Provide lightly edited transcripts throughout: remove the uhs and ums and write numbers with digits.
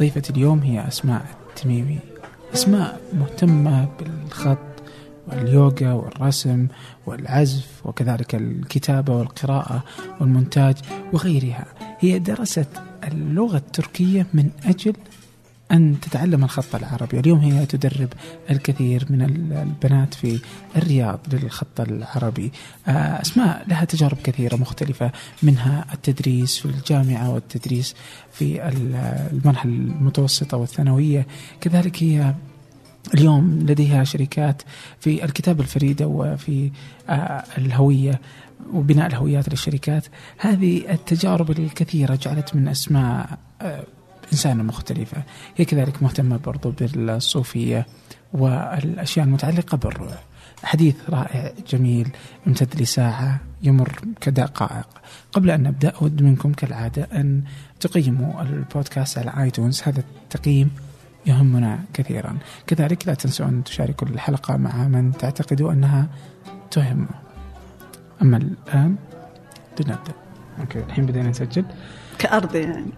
ضيفة اليوم هي أسماء التميمي. أسماء مهتمة بالخط واليوغا والرسم والعزف وكذلك الكتابة والقراءة والمونتاج وغيرها. هي درست اللغة التركية من أجل أن تتعلم الخط العربي. اليوم هي تدرب الكثير من البنات في الرياض للخط العربي. أسماء لها تجارب كثيرة مختلفة، منها التدريس في الجامعة والتدريس في المرحلة المتوسطة والثانوية. كذلك هي اليوم لديها شركات في الكتابة الفريدة وفي الهوية وبناء الهويات للشركات. هذه التجارب الكثيرة جعلت من أسماء إنسانة مختلفة. هي كذلك مهتمة برضو بالصوفية والأشياء المتعلقة بالروح. حديث رائع جميل امتد لساعة يمر كدقائق. قبل أن نبدأ أود منكم كالعادة أن تقيموا البودكاست على آيتونز، هذا التقييم يهمنا كثيرا. كذلك لا تنسوا أن تشاركوا الحلقة مع من تعتقدوا أنها تهمه. أما الآن لنبدأ. أوكي، الحين بدينا نسجل كأرض يعني.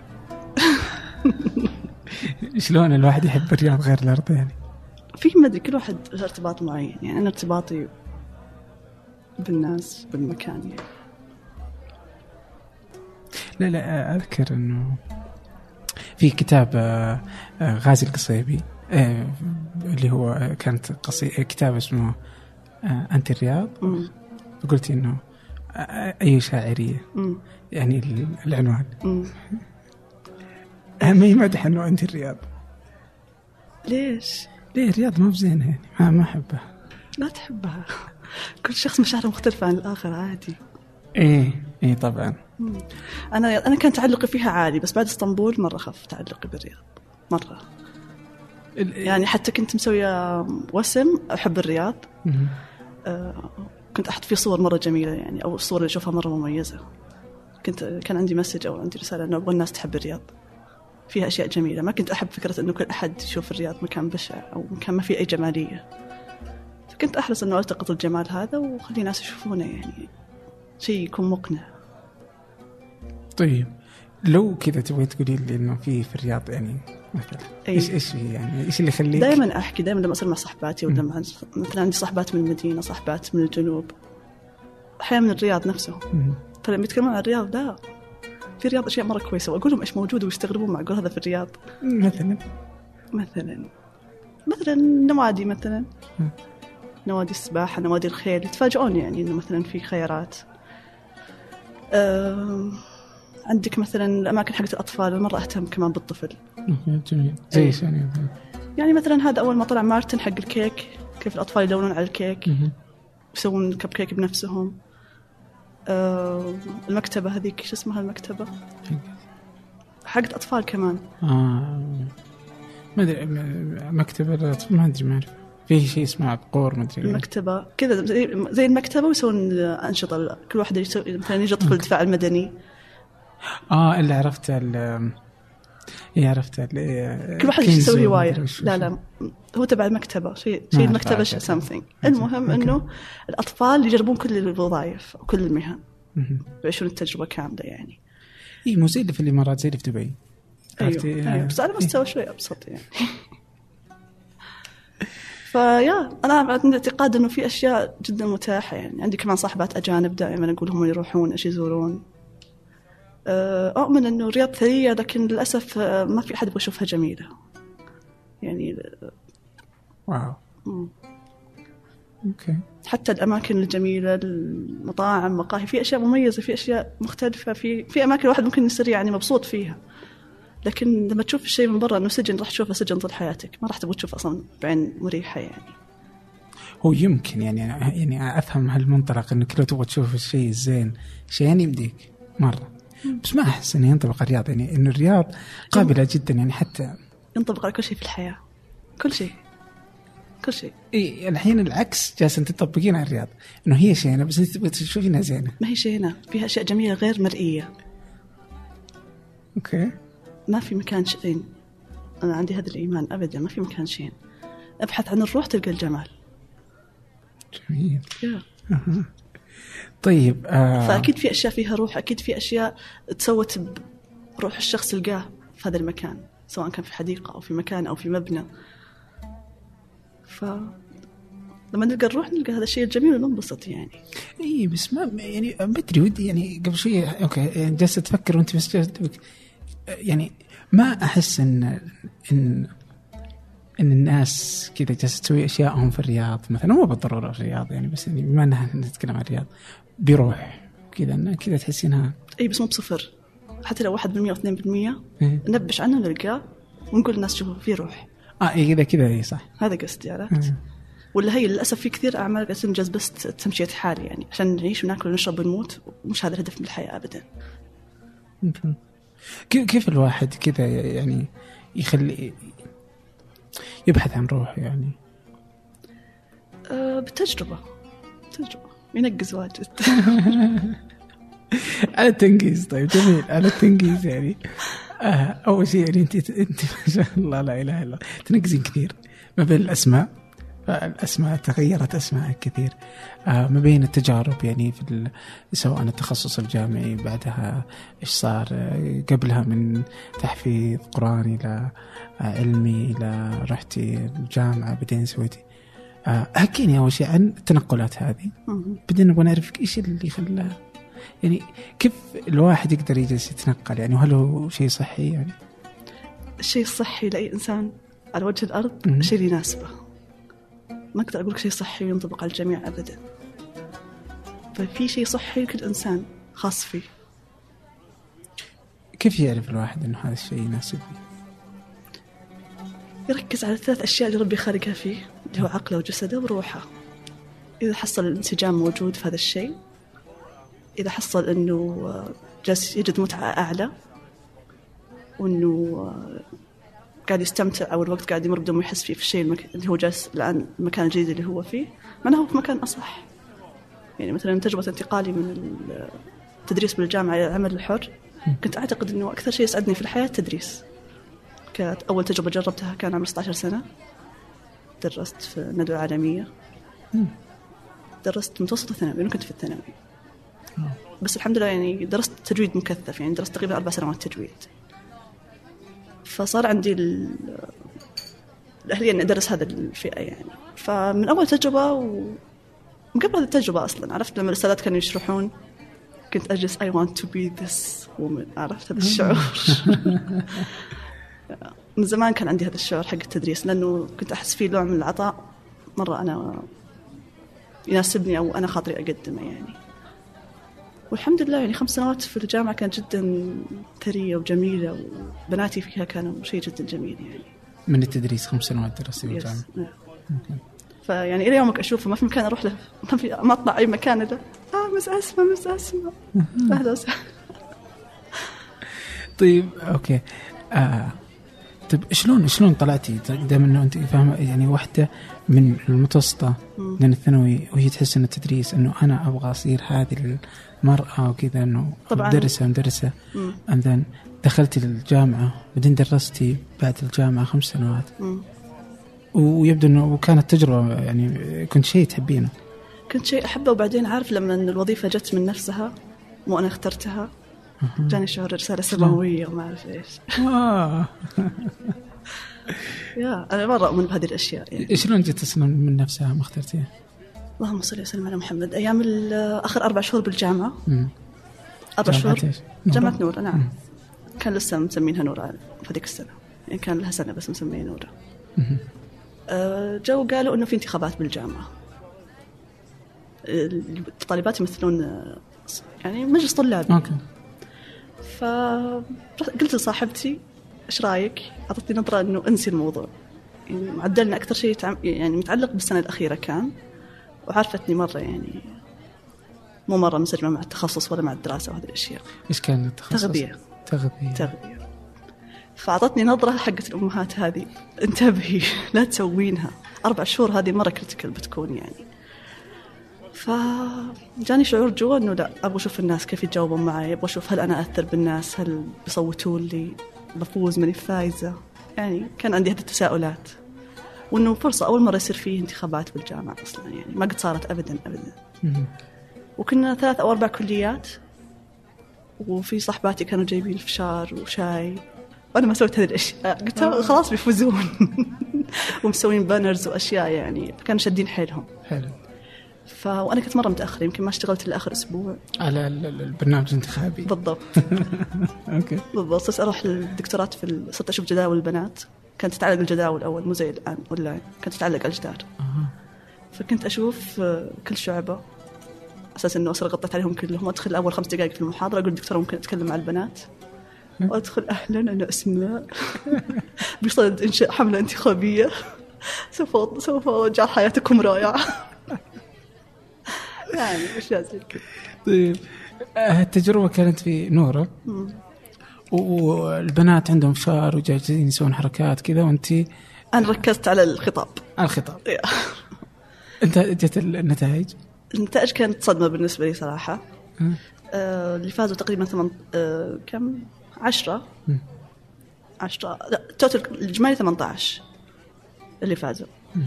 شلون الواحد يحب الرياض غير الأرض يعني؟ في مدري كل واحد ارتباط معين. يعني أنا ارتباطي بالناس بالمكان يعني. لا أذكر أنه في كتاب غازي القصيبي اللي هو كانت كتاب اسمه أنت الرياض. فقلت إنه أي شاعرية يعني العنوان ما يمدح إنه أنت الرياض. ليش؟ ليه الرياض ما بزينة يعني؟ ما أحبها. لا تحبها. كل شخص مشاعره مختلفة عن الآخر عادي. إيه طبعا. أنا كان تعلقي فيها عالي، بس بعد اسطنبول مرة خف تعلقي بالرياض مرة. يعني حتى كنت مسوية وسم أحب الرياض. كنت أحط فيه صور مرة جميلة يعني، أو الصور اللي أشوفها مرة مميزة. كان عندي مسج أو عندي رسالة أنه أبغى الناس تحب الرياض، فيها أشياء جميلة. ما كنت أحب فكرة أنه كل أحد يشوف الرياض مكان بشع أو مكان ما فيه أي جمالية. فكنت أحرص أنه ألتقط الجمال هذا وخلي الناس يشوفونه، يعني شيء يكون مقنع. طيب لو كذا تبغي تقولي لي إنه في الرياض يعني مثلا إيش يعني إيش اللي يخليك؟ دائما أحكي دائما لما أصير مع صحباتي ولا مع مثلا عندي صحبات من المدينة، صحبات من الجنوب، أحيانا من الرياض نفسه. فلما يتكلمون عن الرياض لا، في الرياض أشياء مرة كويسة، وأقول لهم إيش موجود ويستغربون مع أقول هذا في الرياض. مثلا نوادي، مثلا نوادي السباحة، نوادي الخيل، يتفاجئون يعني إنه مثلا في خيارات. عندك مثلا الأماكن حقت الأطفال، مرة أهتم كمان بالطفل. جميل. زي يعني مثلا هذا أول ما طلع مارتن حق الكيك، كيف الأطفال يدورون على الكيك، يسوون كب كيك بنفسهم. المكتبة هذيك شو اسمها المكتبة حقت أطفال كمان. ما أدري مكتبة، ما أدري ما أعرف. في شيء اسمه عبقور ما أدري. المكتبة كذا زي المكتبة، ويسوون أنشطة. كل واحد يسوي مثلا يجي طفل الدفاع المدني. اللي عرفت كل واحد يسوي هواية. لا هو تبع المكتبة، شيء المكتبة something. المهم إنه الأطفال يجربون كل الوظائف وكل المهن، يعيشون التجربة كاملة يعني. مو زي اللي في الإمارات، زي اللي في دبي. أيوة. بس على مستوى شوي أبسط يعني. أنا عندي اعتقاد إنه في أشياء جدا متاحة يعني. عندي كمان صاحبات أجانب دائما أقول لهم يروحون إيش يزورون. أؤمن إنه الرياض ثرية، لكن للأسف ما في أحد يبغى يشوفها جميلة يعني. واو. أوكي. حتى الأماكن الجميلة، المطاعم، مقاهي، في أشياء مميزة، في أشياء مختلفة، في أماكن الواحد ممكن يصير يعني مبسوط فيها. لكن لما تشوف الشيء من برا إنه سجن، راح تشوفه سجن طول حياتك، ما راح تبغى تشوف أصلا بعين مريحة يعني. هو يمكن يعني أفهم هالمنطلق إنك لو تبغى تشوف الشيء الزين شيء يمديك مرة، بس ما أحس إنه ينطبق الرياض. يعني إنه الرياض قابلة جدا يعني، حتى ينطبق على كل شيء في الحياة، كل شيء. الحين العكس جالسة تطبقين على الرياض، إنه هي شينة بس تبغى تشوفينها زينة. ما هي شينة، فيها أشياء جميلة غير مرئية. أوكي. ما في مكان شين. أنا عندي هذا الإيمان أبدا، ما في مكان شين. أبحث عن الروح تلقى الجمال. جميل. طيب فأكيد في أشياء فيها روح، أكيد في أشياء تسوت بروح الشخص لقاه في هذا المكان. سواء كان في حديقة أو في مكان أو في مبنى. فلما نلقى نروح نلقى هذا الشيء الجميل وننبسط يعني. إيه بس ما يعني بدري ودي يعني قبل شوية أوكي يعني جالسة تفكر وأنت بس يعني ما أحس إن الناس كذا جالسة تسوي أشياءهم في الرياض مثلا، مو بالضرورة في الرياض يعني، بس يعني بما أننا نتكلم عن الرياض بيروح كذا إنها كذا تحسينها. إيه بس مو بصفر، حتى لو 1% أو 2% نبش عنه نلقاه ونقول الناس شوفوا فيه روح. إيه كذا إيه صح، هذا قصدي عرفت. ولا هي للأسف في كثير أعمال قاعدة تنجز بس تمشية حال يعني عشان نعيش وناكل ونشرب ونموت، ومش هذا الهدف من الحياة أبدا. كيف الواحد كذا يعني يخلي يبحث عن روح يعني؟ بالتجربة ينقز واجد. على التنقيز. طيب جميل، على التنقيز يعني أول شيء يعني أنت ما شاء الله لا إله إلا الله تنقزين كثير ما بين الأسماء، الأسماء تغيرت أسماء كثير، ما بين التجارب يعني في سواء التخصص الجامعي بعدها إيش صار قبلها من تحفيظ قرآني إلى علمي إلى رحتي الجامعة بعدين سويتي. حكيني أول شيء عن التنقلات هذه، بدنا نبغى نعرف إيش اللي خلاها يعني كيف الواحد يقدر يجلس يتنقل يعني، وهل هو شيء صحي يعني؟ الشيء الصحي لأي إنسان على وجه الأرض الشيء اللي يناسبه، ما أقدر أقول شيء صحي وينطبق على الجميع أبدا. ففي شيء صحي لكل إنسان خاص فيه. كيف يعرف الواحد إنه هذا الشيء يناسبه؟ يركز على 3 أشياء اللي ربي خالقها فيه، اللي هو عقله وجسده وروحه. إذا حصل الانسجام موجود في هذا الشيء، إذا حصل إنه جالس يجد متعة أعلى، وإنه قاعد يستمتع أو الوقت قاعد يمر بدون ما يحس فيه في الشيء اللي هو جالس الآن المكان الجديد اللي هو فيه، معناه هو في مكان أصح. يعني مثلا تجربة انتقالي من التدريس بالجامعة إلى العمل الحر، كنت أعتقد إنه أكثر شيء يسعدني في الحياة التدريس. كانت أول تجربة جربتها كان عمري 16 سنة، درست في ندوة عالمية، درست متوسط الثانوي، أنا كنت في الثانوي بس الحمد لله يعني درست تجويد مكثف، يعني درست تقريبا 4 سنوات تجويد. فصار عندي الأهلية أن أدرس هذا الفئة يعني. فمن أول تجربة ومن قبل هذه التجربة أصلا عرفت لما الأستاذات كانوا يشرحون كنت أجلس I want to be this woman، عرفت هذا الشعور. من زمان كان عندي هذا الشعور حق التدريس، لأنه كنت أحس فيه نوع من العطاء مرة أنا يناسبني أو أنا خاطري أقدمه يعني. والحمد لله يعني 5 سنوات في الجامعة كانت جدا ثرية وجميلة، وبناتي فيها كانوا شيء جدا جميل يعني. من التدريس 5 سنوات درستي في الجامعة. فيعني إلى يومك أشوفه ما في مكان أروح له، ما أطلع أي مكان إلا مس أسمع أهلا وسهلا. طيب أوكي طيب شلون طلعتي دائما إنه أنت فاهمة يعني واحدة من المتوسطة من الثانوي وهي تحس إن التدريس إنه أنا أبغى أصير هذه المرأة وكذا، إنه مدرسة and then دخلتي الجامعة بعدين درستي بعد الجامعة 5 سنوات ويبدو إنه كانت تجربة يعني كنت شيء تحبينه. كنت شيء أحبه، وبعدين عارف لما إن الوظيفة جت من نفسها مو أنا اخترتها، جاني شعور رسالة سماوية وما أعرف إيش. يا أنا مرة أؤمن بهذه الأشياء يعني. شلون جت أصلا من نفسها ما اخترتيها؟ اللهم صل وسلم على محمد. أيام آخر 4 شهور بالجامعة. 4 شهور جامعة نور. نعم كان لسه مسمينها نور في هذيك السنة يعني، كان لها سنة بس مسمينها نور. جو قالوا إنه في انتخابات بالجامعة، الطالبات يمثلون يعني مجلس طلاب. فقلت لصاحبتي إيش رأيك؟ أعطتني نظرة إنه أنسي الموضوع يعني، معدلنا أكثر شيء يعني متعلق بالسنة الأخيرة كان، وعرفتني مرة يعني مو مرة منسجمة مع التخصص ولا مع الدراسة وهذه الأشياء. إيش كان التخصص؟ تغذية. فأعطتني نظرة حقت الأمهات هذه، انتبهي لا تسوينها 4 شهور هذه مرة كريتيكال بتكون يعني. فجاني شعور جوا إنه لا، أبغى أشوف الناس كيف يتجاوبون معي، أبغى أشوف هل أنا أثر بالناس، هل بيصوتوا لي، بفوز ماني فايزة يعني. كان عندي هذه التساؤلات، وإنه فرصة أول مرة يصير فيه انتخابات بالجامعة أصلا يعني، ما قد صارت أبدا. وكنا 3 أو 4 كليات، وفي صحباتي كانوا جايبين فشار وشاي وأنا ما سويت هذه الأشياء. قلت خلاص بيفوزون. ومسوين بانرز وأشياء يعني، كانوا شادين حيلهم. حلو. وأنا كنت مرة متأخر، يمكن ما اشتغلت إلا آخر أسبوع على البرنامج الانتخابي. بالضبط. أوكي. بالضبط. صرت أروح للدكتورات صرت أشوف جداول البنات، كانت تتعلق الجداول أول مو زي الآن أونلاين، كانت تتعلق على الجدار. فكنت أشوف كل شعبة أساس إنه أصير غطيت عليهم كلهم. أدخل أول 5 دقائق في المحاضرة أقول الدكتورة ممكن أتكلم مع البنات، وأدخل أهلا أنا أسماء بصدد إنشاء حملة انتخابية سوف أجعل حياتكم رائعة. يعني أشياء زي كذا. طيب التجربة كانت في نورة والبنات عندهم شعر وجاهزين يسوون حركات كذا، وأنتي؟ أنا ركزت على الخطاب. أنت جت النتائج؟ النتائج كانت صدمة بالنسبة لي صراحة. اللي فازوا تقريبا كم 10 لا توتال الإجمالي 18 اللي فازوا.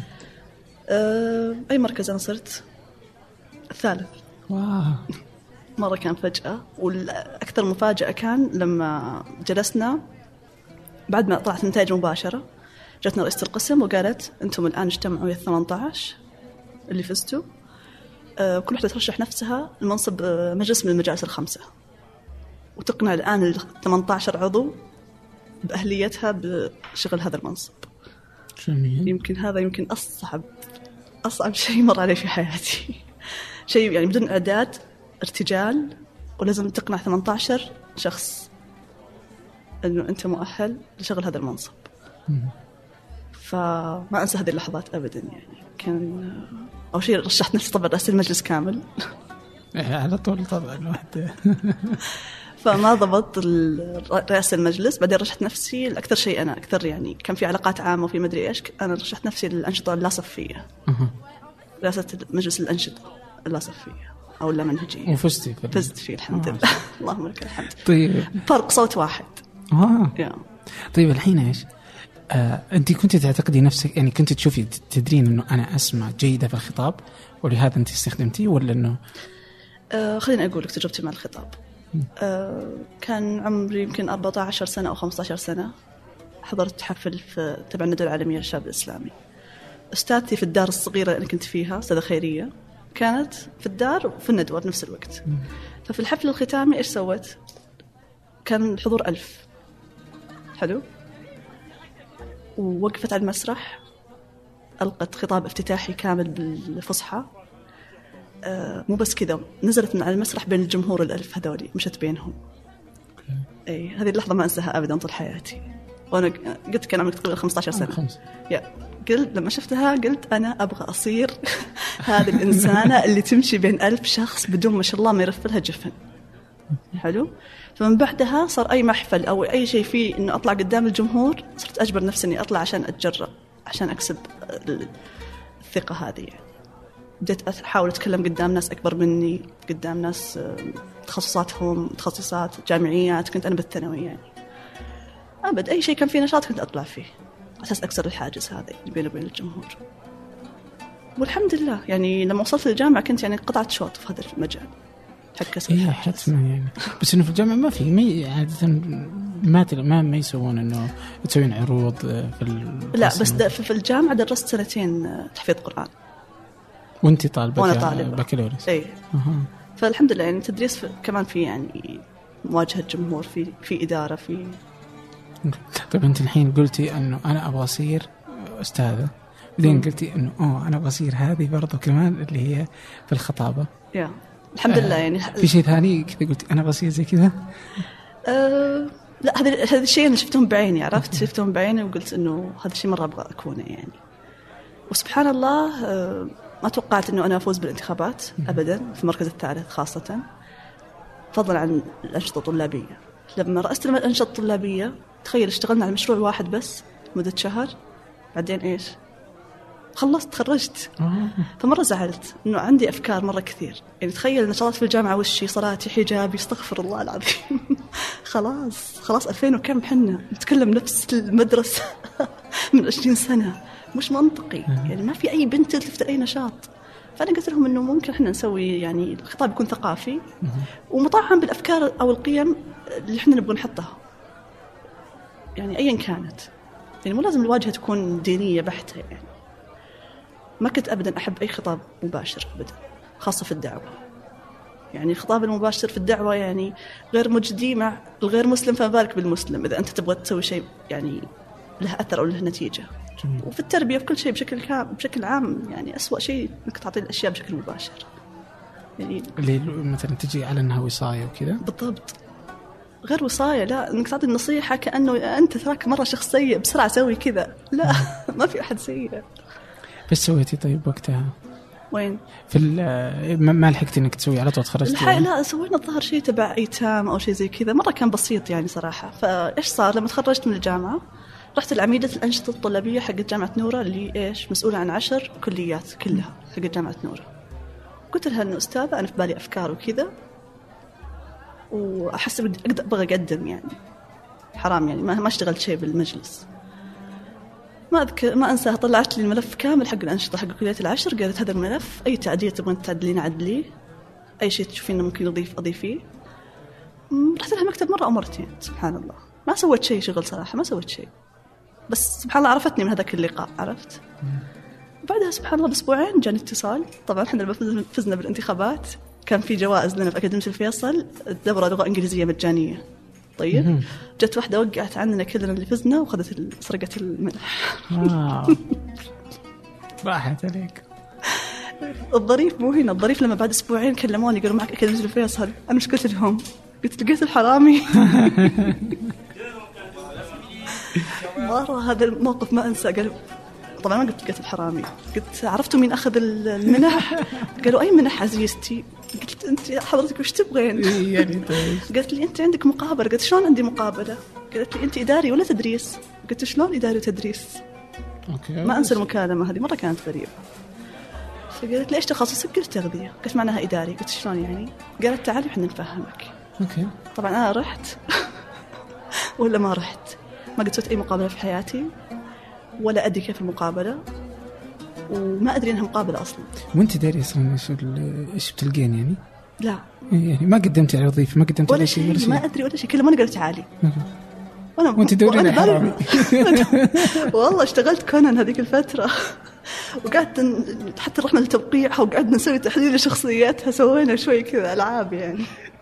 أي مركز أنا صرت؟ الثالث. واو. مرة كان فجأة. والأكثر مفاجأة كان لما جلسنا بعد ما طلعت النتائج مباشرة، جاتنا رئيسة القسم وقالت أنتم الآن اجتمعوا يا 18 اللي فزتوا، كل واحدة ترشح نفسها المنصب مجلس من المجالس الخمسة، وتقنع الآن 18 عضو بأهليتها بشغل هذا المنصب. جميل. يمكن أصعب شيء مر علي في حياتي. شيء يعني بدون إعداد، ارتجال، ولازم تقنع 18 شخص إنه أنت مؤهل لشغل هذا المنصب. فما أنسى هذه اللحظات أبدا. يعني كان أول شيء رشحت نفسي طبعا رئيس المجلس كامل. على طول طبعا واحدة. فما ضبط رئاسة المجلس. بعدين رشحت نفسي الأكثر شيء أنا أكثر يعني كان في علاقات عامة وفي مدري إيش. أنا رشحت نفسي للأنشطة اللاصفية. رئاسة مجلس الأنشطة اللاصفية أو لا منهجية. وفزتي؟ فزت فيه الحمد لله. اللهم لك الحمد. طيب فرق صوت واحد. طيب الحين إيش؟ أنت كنت تعتقدي نفسك يعني كنت تشوفي تدرين إنه أنا أسمع جيدة في الخطاب ولهذا أنت استخدمتيه، ولا إنه؟ خليني أقول لك تجربتي مع الخطاب. كان عمري يمكن 14 سنة أو 15 سنة. حضرت حفل في تبع الندوة العالمية للشباب الإسلامي. أستاذتي في الدار الصغيرة اللي كنت فيها، أستاذة خيرية، كانت في الدار وفي الندوة في نفس الوقت. ففي الحفل الختامي إيش سوت؟ كان الحضور 1000. حلو. ووقفت على المسرح، ألقت خطاب افتتاحي كامل بالفصحى. مو بس كذا، نزلت من على المسرح بين الجمهور 1000 هذولي، مشت بينهم. أي هذه اللحظة ما أنساها أبدا طول حياتي. وأنا قلت كان عمري تقريبا 15 سنة. قلت لما شفتها قلت أنا أبغى أصير هذه الإنسانة اللي تمشي بين 1000 شخص بدون ما شاء الله ما يرف لها جفن. حلو. فمن بعدها صار أي محفل أو أي شيء فيه إنه أطلع قدام الجمهور، صرت أجبر نفسي إني أطلع عشان أتجرأ، عشان أكسب الثقة هذه. يعني بديت أحاول أتكلم قدام ناس أكبر مني، قدام ناس تخصصاتهم تخصصات جامعيات. كنت أنا بالثانوي يعني أبد أي شيء كان فيه نشاط كنت أطلع فيه أساس أكسر الحاجز هذا بيني وبين الجمهور. والحمد لله يعني لما وصلت للجامعة كنت يعني قطعت شوط في هذا المجال. إيه حتما يعني. بس إنه في الجامعة ما في عادة ما يسوون إنه تسوين عروض في لا بس في الجامعة درست 2 تحفيظ قرآن. وأنتي طالبة؟ وأنا طالبة بكالوريوس. إيه. فالحمد لله يعني تدريس كمان في يعني مواجهة جمهور، في إدارة في. طيب أنت الحين قلتي إنه أنا أبغى أصير أستاذة، بعدين قلتي إنه أنا أبغى أصير هذه برضو كمان اللي هي في الخطابة. الحمد لله يعني. في شيء ثاني كذا قلتي أنا أبغى أصير زي كذا؟ لا هذا الشيء أنا شفتهم بعيني، عرفت شفتهم بعيني وقلت إنه هذا الشيء مرة أبغى أكونه يعني. وسبحان الله ما توقعت إنه أنا أفوز بالانتخابات أبدا في المركز الثالث، خاصة فضلا عن الأنشطة الطلابية. لما رأست الأنشطة الطلابية تخيل اشتغلنا على مشروع واحد بس مدة شهر، بعدين إيش خلصت تخرجت. فمرة زعلت إنه عندي أفكار مرة كثير. يعني تخيل نشاطات في الجامعة وشي صلاتي حجابي استغفر الله العظيم. خلاص 2000 وكم حنا نتكلم نفس المدرسة من 20 سنة، مش منطقي يعني. ما في أي بنت تلفتر أي نشاط. فأنا قلت لهم إنه ممكن إحنا نسوي يعني الخطاب يكون ثقافي ومطعم بالأفكار أو القيم اللي إحنا نبغى نحطها. يعني أيا كانت، يعني مو لازم الواجهة تكون دينية بحتة يعني. ما كنت أبدا أحب أي خطاب مباشر أبدا، خاصة في الدعوة. يعني الخطاب المباشر في الدعوة يعني غير مجدي مع الغير مسلم، فما بالك بالمسلم إذا أنت تبغى تسوي شيء يعني له أثر أو له نتيجة. وفي التربية في كل شيء بشكل عام يعني أسوأ شيء إنك تعطي الأشياء بشكل مباشر. يعني اللي مثلا تجي على أنها وصاية وكذا. بالضبط، غير وصاية، لا إنك تعطي النصيحة كأنه أنت تراك مرة شخص سيء بسرعة سوي كذا، لا ما في أحد سيء. بس سويتي طيب وقتها وين؟ في ما لحقتي إنك تسوي على طول تخرجتي؟ لا سوينا الظهر شيء تبع أيتام أو شيء زي كذا، مرة كان بسيط يعني صراحة. فإيش صار لما تخرجت من الجامعة؟ رحت العميدة الأنشطة الطلابية حق جامعة نورة اللي إيش مسؤولة عن 10 كليات كلها حق جامعة نورة. قلت لها إنه أستاذة أنا في بالي أفكار وكذا، وأحس أبغى أقدم يعني، حرام يعني ما اشتغلت شيء بالمجلس. ما أنساها، طلعت لي الملف كامل حق الأنشطة حق كليات 10. قالت هذا الملف أي تعديل تبغين تعدلين عدليه، أي شيء تشوفين ممكن أضيفيه. رحت لها مكتب مرة أو مرتين، سبحان الله ما سويت شغل صراحة، ما سويت شيء، بس سبحان الله عرفتني من هذاك اللقاء، عرفت. بعدها سبحان الله بأسبوعين جاني اتصال. طبعا احنا لما فزنا بالانتخابات كان في جوائز لنا في أكاديمية الفيصل، الدورة لغة إنجليزية مجانية. طيب جت واحدة وقعت عننا كلنا اللي فزنا وخذت سرقت المنح. راحت عليك. الظريف مو هنا، الظريف لما بعد أسبوعين كلموني قالوا معك أكاديمية الفيصل. أنا مش قلت لهم؟ قلت لقيت الحرامي. مرة هذا الموقف ما أنسى. قالوا طبعا ما قلت لقيت الحرامي، قلت عرفتوا مين أخذ المنح؟ قالوا أي منح عزيزتي؟ قلت أنت حضرتك وش تبغين؟ يعني قالت لي أنت عندك مقابلة. قلت شلون عندي مقابلة؟ قالت لي أنت إداري ولا تدريس؟ قلت شلون إداري وتدريس؟ ما أنسى المكالمة هذه، مرة كانت غريبة. فقالت لي إيش تخصصك؟ قلت تغذية. قلت معناها إداري. قلت شلون يعني؟ قالت تعالي إحنا نفهمك. طبعا أنا رحت ولا ما رحت، ما قد سويت أي مقابلة في حياتي ولا أدري كيف المقابلة، وما أدري إنها مقابلة أصلا. وأنت داري أصلا إيش بتلقين يعني؟ لا يعني ما قدمت على وظيفة، ما قدمت ولا شيء، ما أدري ولا شيء. كلموني قالوا تعالي. وأنت دورين حرامي. والله اشتغلت كونان هذيك الفترة، وقعدت حتى رحنا لتوقيعها وقعدنا نسوي تحليل لشخصياتها، سوينا شوي كذا ألعاب يعني.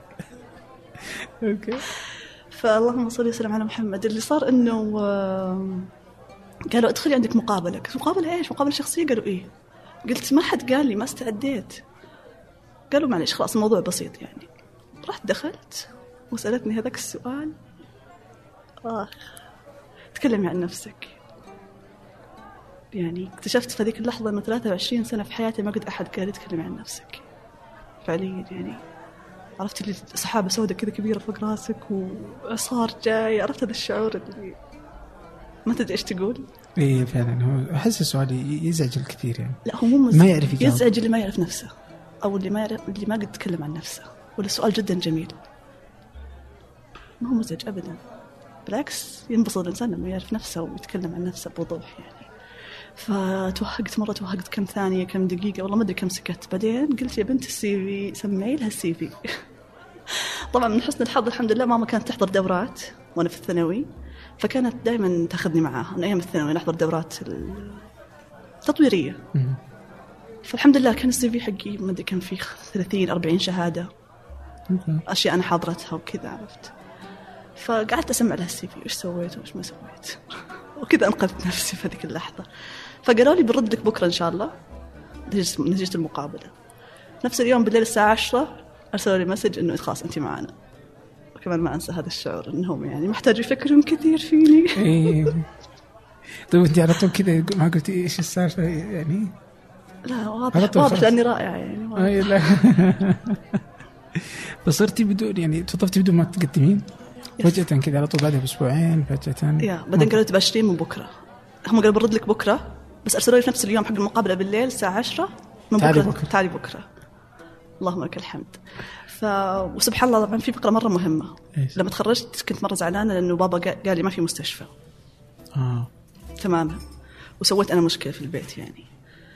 أوكي. فاللهم صل وسلم على محمد. اللي صار إنه قالوا ادخلي عندك مقابلة. قلت مقابلة إيش؟ مقابلة شخصية؟ قالوا إيه. قلت ما حد قال لي، ما استعديت. قالوا معليش خلاص الموضوع بسيط يعني. رحت دخلت وسألتني هذاك السؤال، تكلمي عن نفسك. يعني اكتشفت في هذيك اللحظة إنه 23 سنة في حياتي ما قد أحد قال لي تكلمي عن نفسك فعليا. يعني عرفت اللي سحابة سوداء كذا كبيرة فوق راسك وإعصار جاي، عرفت هذا الشعور اللي ما تدري إيش تقول. إيه فعلا، هو أحس السؤال يزعج الكثير يعني. لا هو مو ما يعرف يجاوب. يزعج اللي ما يعرف نفسه أو اللي ما قد يتكلم عن نفسه. ولا السؤال جدا جميل، ما هو مزعج أبدا، بالعكس ينبسط الإنسان لما يعرف نفسه ويتكلم عن نفسه بوضوح يعني. فتوهقت مرة، توهقت كم ثانية كم دقيقة والله ما أدري كم سكت. بعدين قلت يا بنت السي في سمعي لها السي في. طبعا من حسن الحظ الحمد لله ماما كانت تحضر دورات وأنا في الثانوي، فكانت دائما تاخذني معاها من أيام الثانوي نحضر دورات التطويرية. فالحمد لله كان السي في حقي ما أدري كم فيه 30-40 شهادة، أشياء أنا حاضرتها وكذا، عرفت. فقعدت أسمع لها السي في وإيش سويت وإيش ما سويت وكذا أنقذت نفسي في هذيك اللحظة. فقالوا لي بنرد لك بكرة إن شاء الله نتيجة المقابلة. نفس اليوم بالليل الساعة 10 أرسلوا لي مسج إنه خلاص أنت معنا. وكمان ما أنسى هذا الشعور إنهم يعني محتاج يفكرون كثير فيني. طيب أنت على طول كذا ما قلتي إيش السالفة يعني؟ لا واضح لأني رائعة يعني. لا. بس صرتي بدون يعني توظفتي بدون ما تقدمين فجأة كذا على طول بعدها بأسبوعين فجأة. بعدين قالوا تبشرين من بكرة. هم قالوا برد لك بكرة، بس أرسلوا لي في نفس اليوم حق المقابلة بالليل الساعة 10 من بكرة تعالي بكرة. اللهم لك الحمد. وسبحان الله طبعا في فقرة مرة مهمة. لما تخرجت كنت مرة زعلانة لأنه بابا قال لي ما في مستشفى. تماما. وسويت أنا مشكلة في البيت يعني.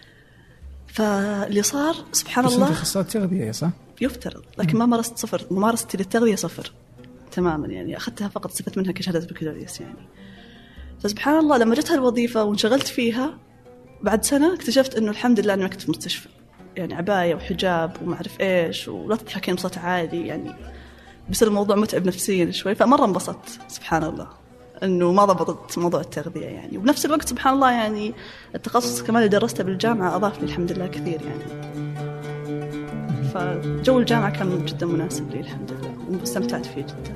فاللي صار سبحان الله. بس أنت خصائص تغذية صح؟ يفترض، لكن ما مارست صفر، ممارستي للتغذية صفر تماما يعني، أخذتها فقط استفدت منها كشهادة بكالوريوس يعني. فسبحان الله لما جت هالوظيفة وانشغلت فيها بعد سنة اكتشفت إنه الحمد لله أني كنت في مستشفى يعني، عباية وحجاب وما أعرف إيش، ولا تضحكين بصوت عالي يعني، بس الموضوع متعب نفسيا شوي. فمرة انبسطت سبحان الله إنه ما ضبطت موضوع التغذية يعني. وبنفس الوقت سبحان الله يعني التخصص كمان اللي درسته بالجامعة أضاف لي الحمد لله كثير يعني. فجو الجامعة كان جدا مناسب لي الحمد لله، واستمتعت فيه جدا.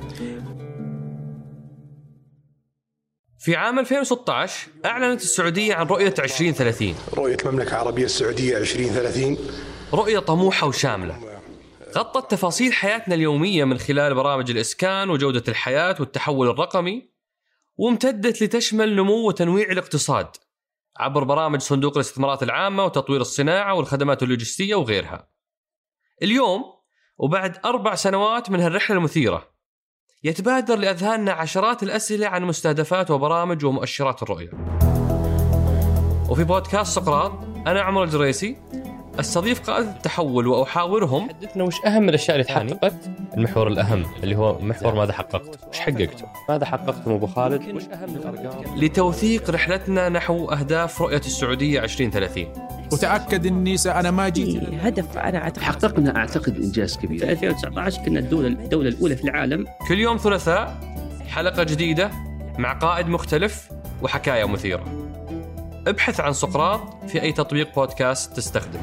في عام 2016 أعلنت السعودية عن رؤية 2030. رؤية المملكة العربية السعودية 2030 رؤية طموحة وشاملة غطت تفاصيل حياتنا اليومية من خلال برامج الإسكان وجودة الحياة والتحول الرقمي، وامتدت لتشمل نمو وتنويع الاقتصاد عبر برامج صندوق الاستثمارات العامة وتطوير الصناعة والخدمات اللوجستية وغيرها. اليوم وبعد 4 سنوات من هالرحلة المثيرة يتبادر لأذهاننا عشرات الأسئلة عن مستهدفات وبرامج ومؤشرات الرؤية. وفي بودكاست سقراط أنا عمر الجريسي استضيف قادة التحول وأحاورهم حدثنا وش أهم الأشياء اللي تحققت، المحور الأهم اللي هو محور ماذا حققت، وش حققته، ماذا حققت أبو خالد، وش أهم الأرقام، لتوثيق رحلتنا نحو أهداف رؤية السعودية 2030. وتأكد إني أنا ما جيت هدف أنا حققنا أعتقد إنجاز كبير. في 2019 كنا الدولة الأولى في العالم. كل يوم ثلاثاء حلقة جديدة مع قائد مختلف وحكاية مثيرة. ابحث عن سقراط في أي تطبيق بودكاست تستخدم.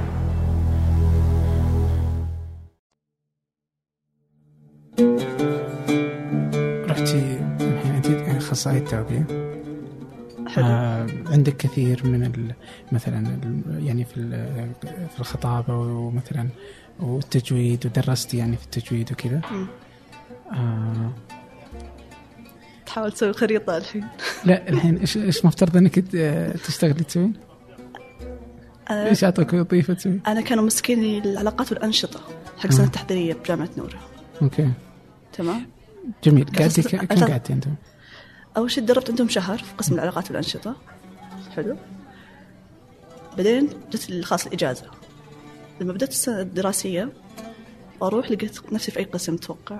رحتي أنت أخصائية تربية، عندك كثير من مثلا يعني في الخطابة ومثلا والتجويد، ودرستي يعني في التجويد وكذا. تحاول تسوي خريطة الحين؟ لا الحين إيش مفترض أنك تشتغلي تسوين؟ إيش أعطوك وظيفة تسوي؟ أنا كانوا مسكيني العلاقات والأنشطة حق سنة التحضيرية بجامعة نور. أوكي تمام جميل. كم قعدتي أنتم؟ أول شيء تدربت عندهم شهر في قسم العلاقات والأنشطة. حلو. بعدين جت الخاص الإجازة. لما بدأت السنة الدراسية أروح لقيت نفسي في أي قسم توقع.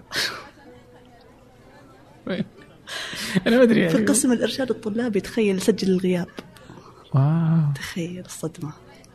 أنا ما أدري يعني. في قسم الإرشاد الطلابي. تخيل سجل الغياب. واو. تخيل الصدمة.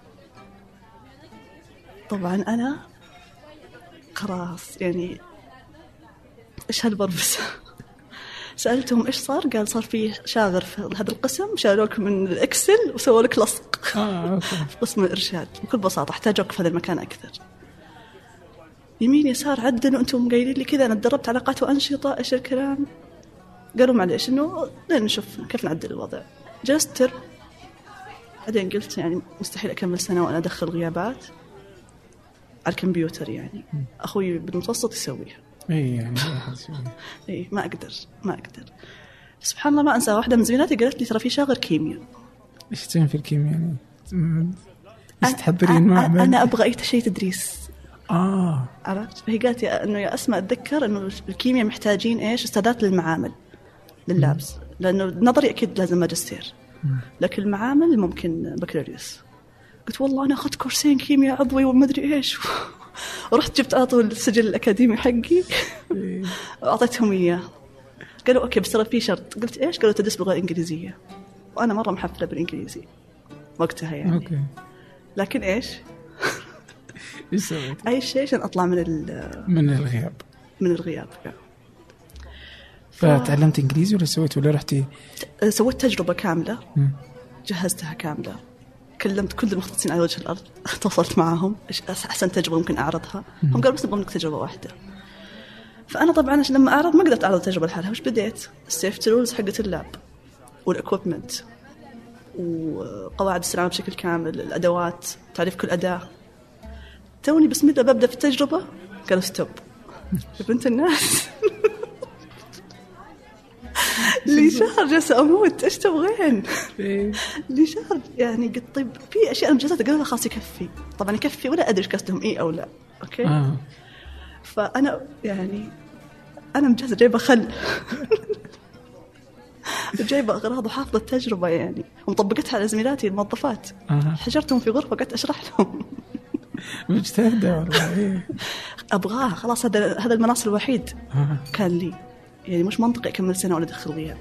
طبعا أنا خلاص يعني إيش هالبربس. سألتهم إيش صار؟ قال صار فيه شاغر في هذا القسم، شالوك من الإكسل وسووا لك لصق. في قسم الإرشاد. بكل بساطة احتاجوك في هذا المكان أكثر. يمين يسار عدلوا، أنتم قايلين لي كذا، أنا تدربت علاقات وأنشطة، إيش الكلام؟ قالوا معليش إنه لين نشوف كيف نعدل الوضع. جلست ترم. بعدين قلت يعني مستحيل أكمل سنة وأنا أدخل غيابات على الكمبيوتر يعني. أخوي بالمتوسط يسويها. إيه يعني إيه ما أقدر. سبحان الله ما أنسى واحدة من زميلاتي قالت لي ترى في شاغر كيمياء. إيش تسوين في الكيمياء يعني؟ إيش تحضرين معمل؟ أنا أبغى أي شيء تدريس. عرفت. فهي قالت إنه يا أسماء أتذكر إنه الكيمياء محتاجين إيش أستاذات للمعامل لللابس، لأنه نظري أكيد لازم ماجستير، لكن المعامل ممكن بكالوريوس. قلت والله أنا أخذت كورسين كيمياء عضوي وما أدري إيش. ورحت جبت على طول السجل الأكاديمي حقي وأعطيتهم إياه. قالوا أوكي بس ترى في شرط. قلت إيش؟ قالوا تدرس باللغة الإنجليزية، وأنا مرة محفلة بالإنجليزي وقتها يعني. أوكي. لكن إيش سويت؟ أي شيء عشان أطلع من الغياب. فتعلمت إنجليزي ولا سويت ولا رحتي؟ سويت تجربة كاملة. جهزتها كاملة، كلمت كل المختصين على وجه الأرض، تواصلت معهم إيش أحسن تجربة ممكن أعرضها. هم قالوا بس نبغى منك تجربة واحدة. فأنا طبعا لما أعرض ما قدرت أعرض التجربة لحالها. وش بديت؟ السيفتي رولز حقت اللاب والإكويبمنت وقواعد السلامة بشكل كامل، الأدوات، تعريف كل أداة. توني بسم الله ببدأ في التجربة قالوا ستوب يا بنت الناس. لي شهر جالسة أموت، إيش تبغين؟ لي شهر يعني. قلت طيب في أشياء أنا مجهزتها. قالوا خلاص يكفي. طبعا يكفي ولا أدري إيش قصدهم إيه أو لا. أوكي. فأنا يعني أنا مجهزة جايبة خل جايبة أغراض وحافظة التجربة يعني، ومطبقتها على زميلاتي الموظفات. حجرتهم في غرفة قعدت أشرح لهم. مجتهدة والله. أبغاها خلاص، هذا المناص الوحيد كان لي، يعني مش منطقي أكمل سنة ولا أدخل غياب.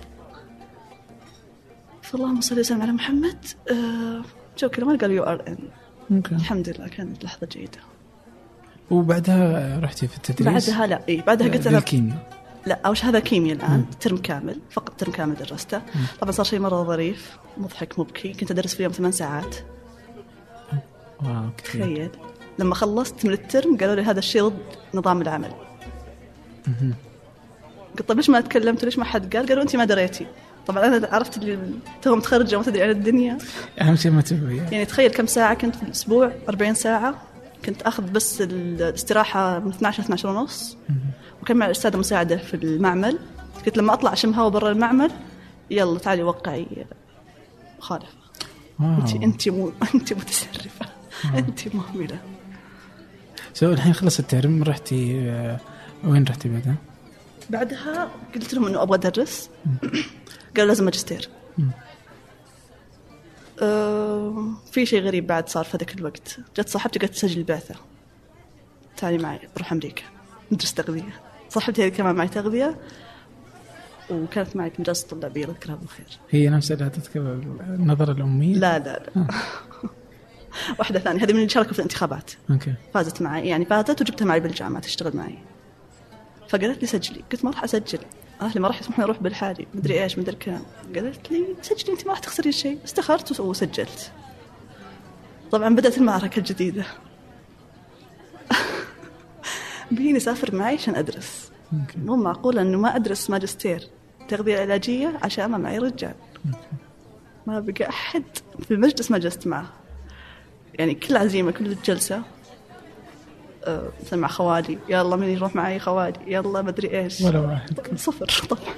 فاللهم صل وسلم على محمد. جو كلمة قالوا URN. الحمد لله كانت لحظة جيدة. وبعدها رحتي في التدريس؟ بعدها لا، بعدها قلت أنا الكيمياء. لا، أوش هذا كيمياء الآن ترم كامل، فقط ترم كامل درسته. طبعا صار شيء مرة ظريف مضحك مبكي. كنت أدرس في اليوم 8 ساعات. تخيل لما خلصت من الترم قالوا لي هذا الشيء ضد نظام العمل. قلت طيب ليش ما تكلمت، ليش ما حد قالوا أنت ما دريتي. طبعا أنا عرفت اللي تو متخرجة وما تدري عن الدنيا. أهم شيء ما تبغي. يعني تخيل كم ساعة كنت في الأسبوع، 40 ساعة. كنت أخذ بس الاستراحة من 12 ل 12 ونص، وكان مع الأستاذة مساعدة في المعمل. كنت لما أطلع أشم هوا برا المعمل، يلا تعالي وقعي مخالفة. أنت متسرفة، أنت مهملة. الحين خلص الترم، رحتي وين رحتي بعدها؟ بعدها قلت لهم إنه أبغى أدرس. قالوا لازم ماجستير. في شيء غريب بعد صار في ذاك الوقت. جت صاحبتي قالت تسجل البعثة، تعالي معي بروح أمريكا ندرس تغذية. صاحبتي هذه كمان معي تغذية، وكانت معي في مدرسة طلابية ذكرها بالخير. هي نفسها اللي تذكر النظرة الأمية؟ لا. واحدة ثانية، هذه من اللي شاركوا في الانتخابات. فازت معي، يعني فازت وجبتها معي بالجامعة تشتغل معي. فقالت لي سجلي. قلت ما راح أسجل، أهلي ما راح يسمحون أروح بالحالي، مدري إيش مدري كلام. قالت لي سجلي أنت ما راح تخسرين شيء. استخرت وسجلت. طبعا بدأت المعركة الجديدة. بيني سافر معي عشان أدرس. مو معقول أنه ما أدرس ماجستير تغذية علاجية عشان ما معي رجال. ما بقى أحد في المجلس ما جلست معه، يعني كل عزيمة كل جلسة مثل مع خوالي، يلا من يروح معي خوالي، يلا مدري إيش، ولا واحد. صفر طبعا.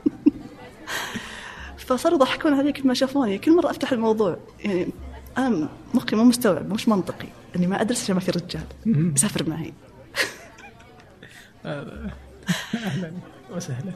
فصاروا يضحكون علي كل ما شافوني. كل مرة أفتح الموضوع، يعني أنا مخي مو مستوعب، مش منطقي إني ما أدرس عشان ما في رجال يسافر معي. أهلا وسهلا.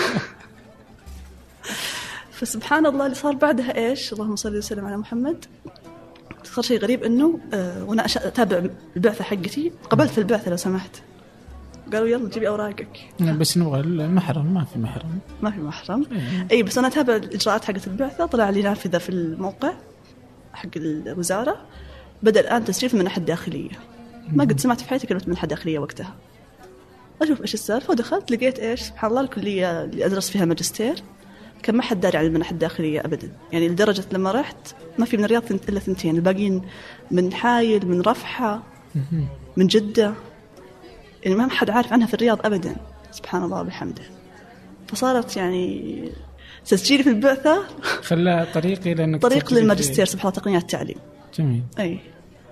فسبحان الله اللي صار بعدها إيش، اللهم صل وسلم على محمد. صار شيء غريب إنه وأنا أتابع البعثة حقتي، قبلت البعثة لو سمحت. قالوا يلا جيبي أوراقك. بس نبغى المحرم. ما في محرم. أي بس أنا أتابع الإجراءات حقت البعثة. طلع لي نافذة في الموقع حق الوزارة، بدأ الآن تسجيل في المنحة الداخلية. ما قد سمعت في حياتي كلمة منحة داخلية وقتها. أشوف إيش السالفة، ودخلت لقيت إيش سبحان الله الكلية اللي أدرس فيها ماجستير كان ما حد داري عن المنحة الداخلية أبدا. يعني لدرجة لما رحت ما في من الرياض إلا 2، الباقيين من حايل، من رفحة، من جدة. يعني ما حد عارف عنها في الرياض أبدا. سبحان الله وبحمده. فصارت يعني تسجيلي في البعثة خلى طريقي طريق للماجستير سبحان الله تقنيات التعليم. جميل. أي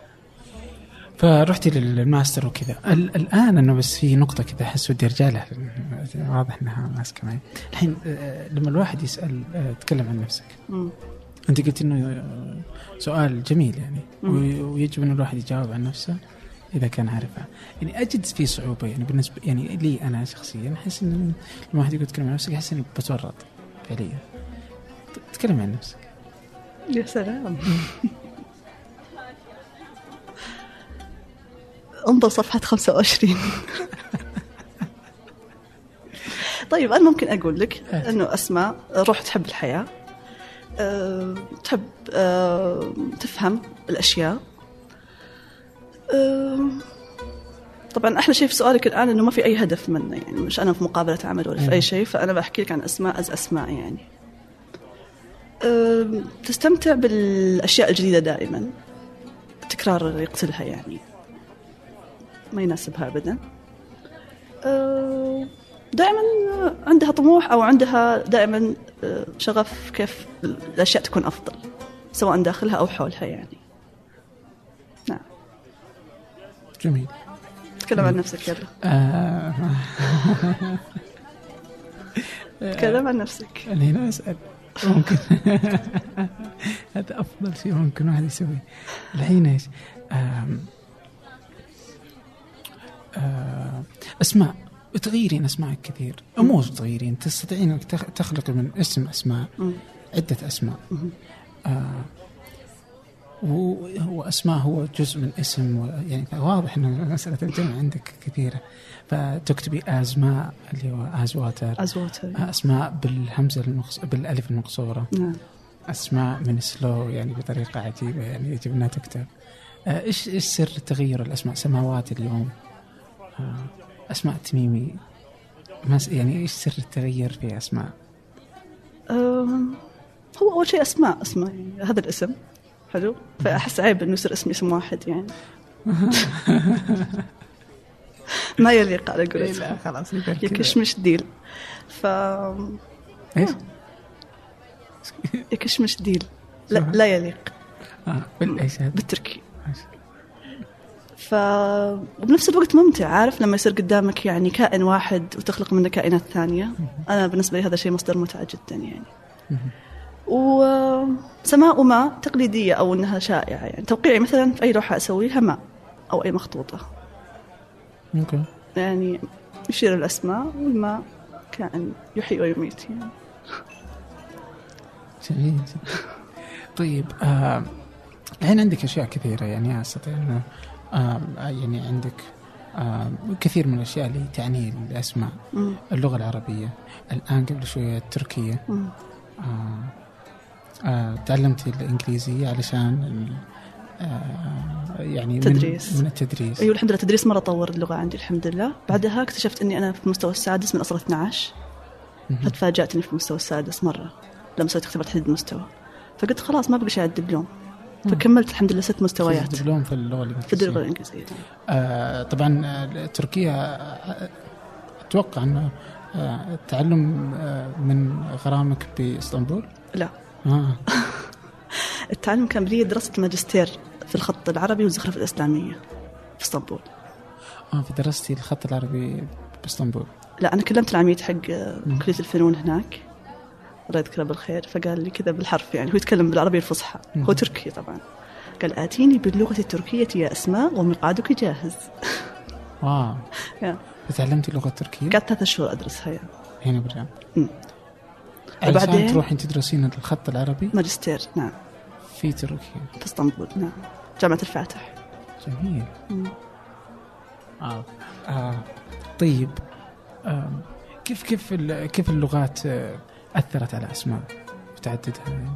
فرحتي للماستر وكذا. الآن أنه بس في نقطة كذا أحس ودي أرجع واضح أنها ماسكة معي الحين. لما الواحد يسأل تكلم عن نفسك. أنت قلت إنه سؤال جميل يعني، ويجب أن الواحد يجاوب عن نفسه إذا كان عارفها. يعني أجد في صعوبة يعني بالنسبة يعني لي أنا شخصيا، أحس إن لما الواحد يقول تكلم عن نفسك أحس إني بتورط فعليا. تكلم عن نفسك. يا سلام. انظر صفحة 25. طيب أنا ممكن أقول لك أنه أسماء روح تحب الحياة، تحب تفهم الأشياء. طبعا أحلى شيء في سؤالك الآن أنه ما في أي هدف منه، يعني مش أنا في مقابلة عمل ولا في أي شيء. فأنا بحكي لك عن أسماء يعني تستمتع بالأشياء الجديدة دائما، تكرار يقتلها يعني ما يناسبها أبدا. دائما عندها طموح أو عندها دائما شغف كيف الأشياء تكون أفضل سواء داخلها أو حولها يعني. نعم. جميل. تكلم عن نفسك يلا. تكلم عن نفسك. أنا هنا أسأل ممكن. هذا أفضل شيء ممكن واحد يسويه الحين. إيش أسماء تغيرين أسماء كثير، مو تغيرين، تستطيعين أن تخلق من اسم أسماء عدة أسماء. وأسماء هو جزء من اسم يعني واضح إنه مسألة الجمع عندك كثيرة. فتكتبي أزماء اللي هو أزواتر، أسماء بالهمزة بالألف المقصورة. نعم. أسماء من سلو يعني بطريقة عجيبة يعني يجب أنها تكتب. إيش سر تغير الأسماء؟ سماوات اليوم، أسماء التميمي، يعني إيش سر التغير في أسماء؟ هو أول شيء أسماء يعني هذا الاسم حلو، فأحس عيب إنه يصير اسم واحد يعني ما يليق على قولتهم. لا خلاص يكشمش ديل إيش؟ يكشمش ديل لا يليق بالتركي. وبنفس الوقت ممتع، عارف لما يصير قدامك يعني كائن واحد وتخلق منه كائنات ثانية. أنا بالنسبة لي هذا شيء مصدر متعة جدا يعني. وسماء وماء تقليدية أو أنها شائعة يعني. توقيعي مثلا في أي لوحة أسويها ماء أو أي مخطوطة ممكن يعني يشير الأسماء، والماء كائن يحيي ويميت يعني. جميل. طيب الحين عندك أشياء كثيرة يعني أستطيع أنه يعني عندك كثير من الأشياء اللي تعني الأسماء. اللغة العربية، الآن قبل شوية التركية، تعلمت الإنجليزية علشان يعني تدريس. من التدريس. أيوة الحمد لله التدريس مرة طور اللغة عندي الحمد لله. بعدها اكتشفت أني أنا في المستوى السادس من أصل 12. فتفاجأتني في المستوى السادس مرة لما سويت اختبار تحديد المستوى، فقلت خلاص ما بقى شيء على الدبلوم. فكملت الحمد لله 6 مستويات دبلوم في اللغة الإنجليزية. في اللغة الإنجليزية. طبعا تركيا أتوقع أنه التعلم من غرامك بإسطنبول؟ لا التعلم كان لي دراسة ماجستير في الخط العربي والزخرفة الإسلامية في اسطنبول. في دراستي الخط العربي بإسطنبول. لا أنا كلمت العميد حق كلية الفنون هناك الله يذكره بالخير، فقال لي كذا بالحرف يعني، هو يتكلم بالعربية الفصحى، هو تركي طبعا، قال آتيني باللغة التركية يا أسماء ومقعدك جاهز. واو. فتعلمتي اللغة التركية؟ قعدت 3 شهور أدرسها يعني. هنا بالرياض. وبعدين تروحين تدرسين الخط العربي؟ ماجستير نعم في تركيا في اسطنبول نعم جامعة الفاتح. جميل. طيب كيف اللغات أثرت على أسماء وتعددها يعني؟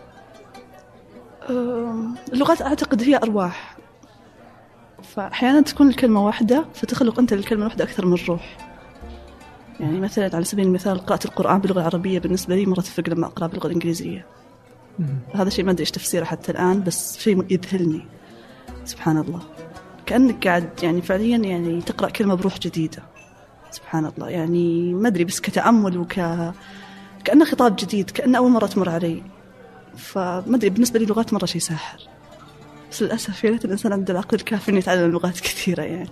اللغات أعتقد هي أرواح، فأحيانا تكون الكلمة واحدة فتخلق أنت الكلمة الواحدة أكثر من روح. يعني مثلا على سبيل المثال قراءة القرآن باللغة العربية بالنسبة لي مرة تفرق لما أقرأ باللغة الإنجليزية. هذا شيء ما أدري إيش تفسيره حتى الآن، بس شيء يذهلني سبحان الله. كأنك قاعد يعني فعليا يعني تقرأ كلمة بروح جديدة سبحان الله. يعني ما أدري بس كتأمل كأنه خطاب جديد، كأنه أول مرة تمر علي. فما أدري بالنسبة لي لغات مرة شيء ساحر، بس للأسف يا ريت الإنسان عنده العقل الكافي إنه يتعلم لغات كثيرة يعني.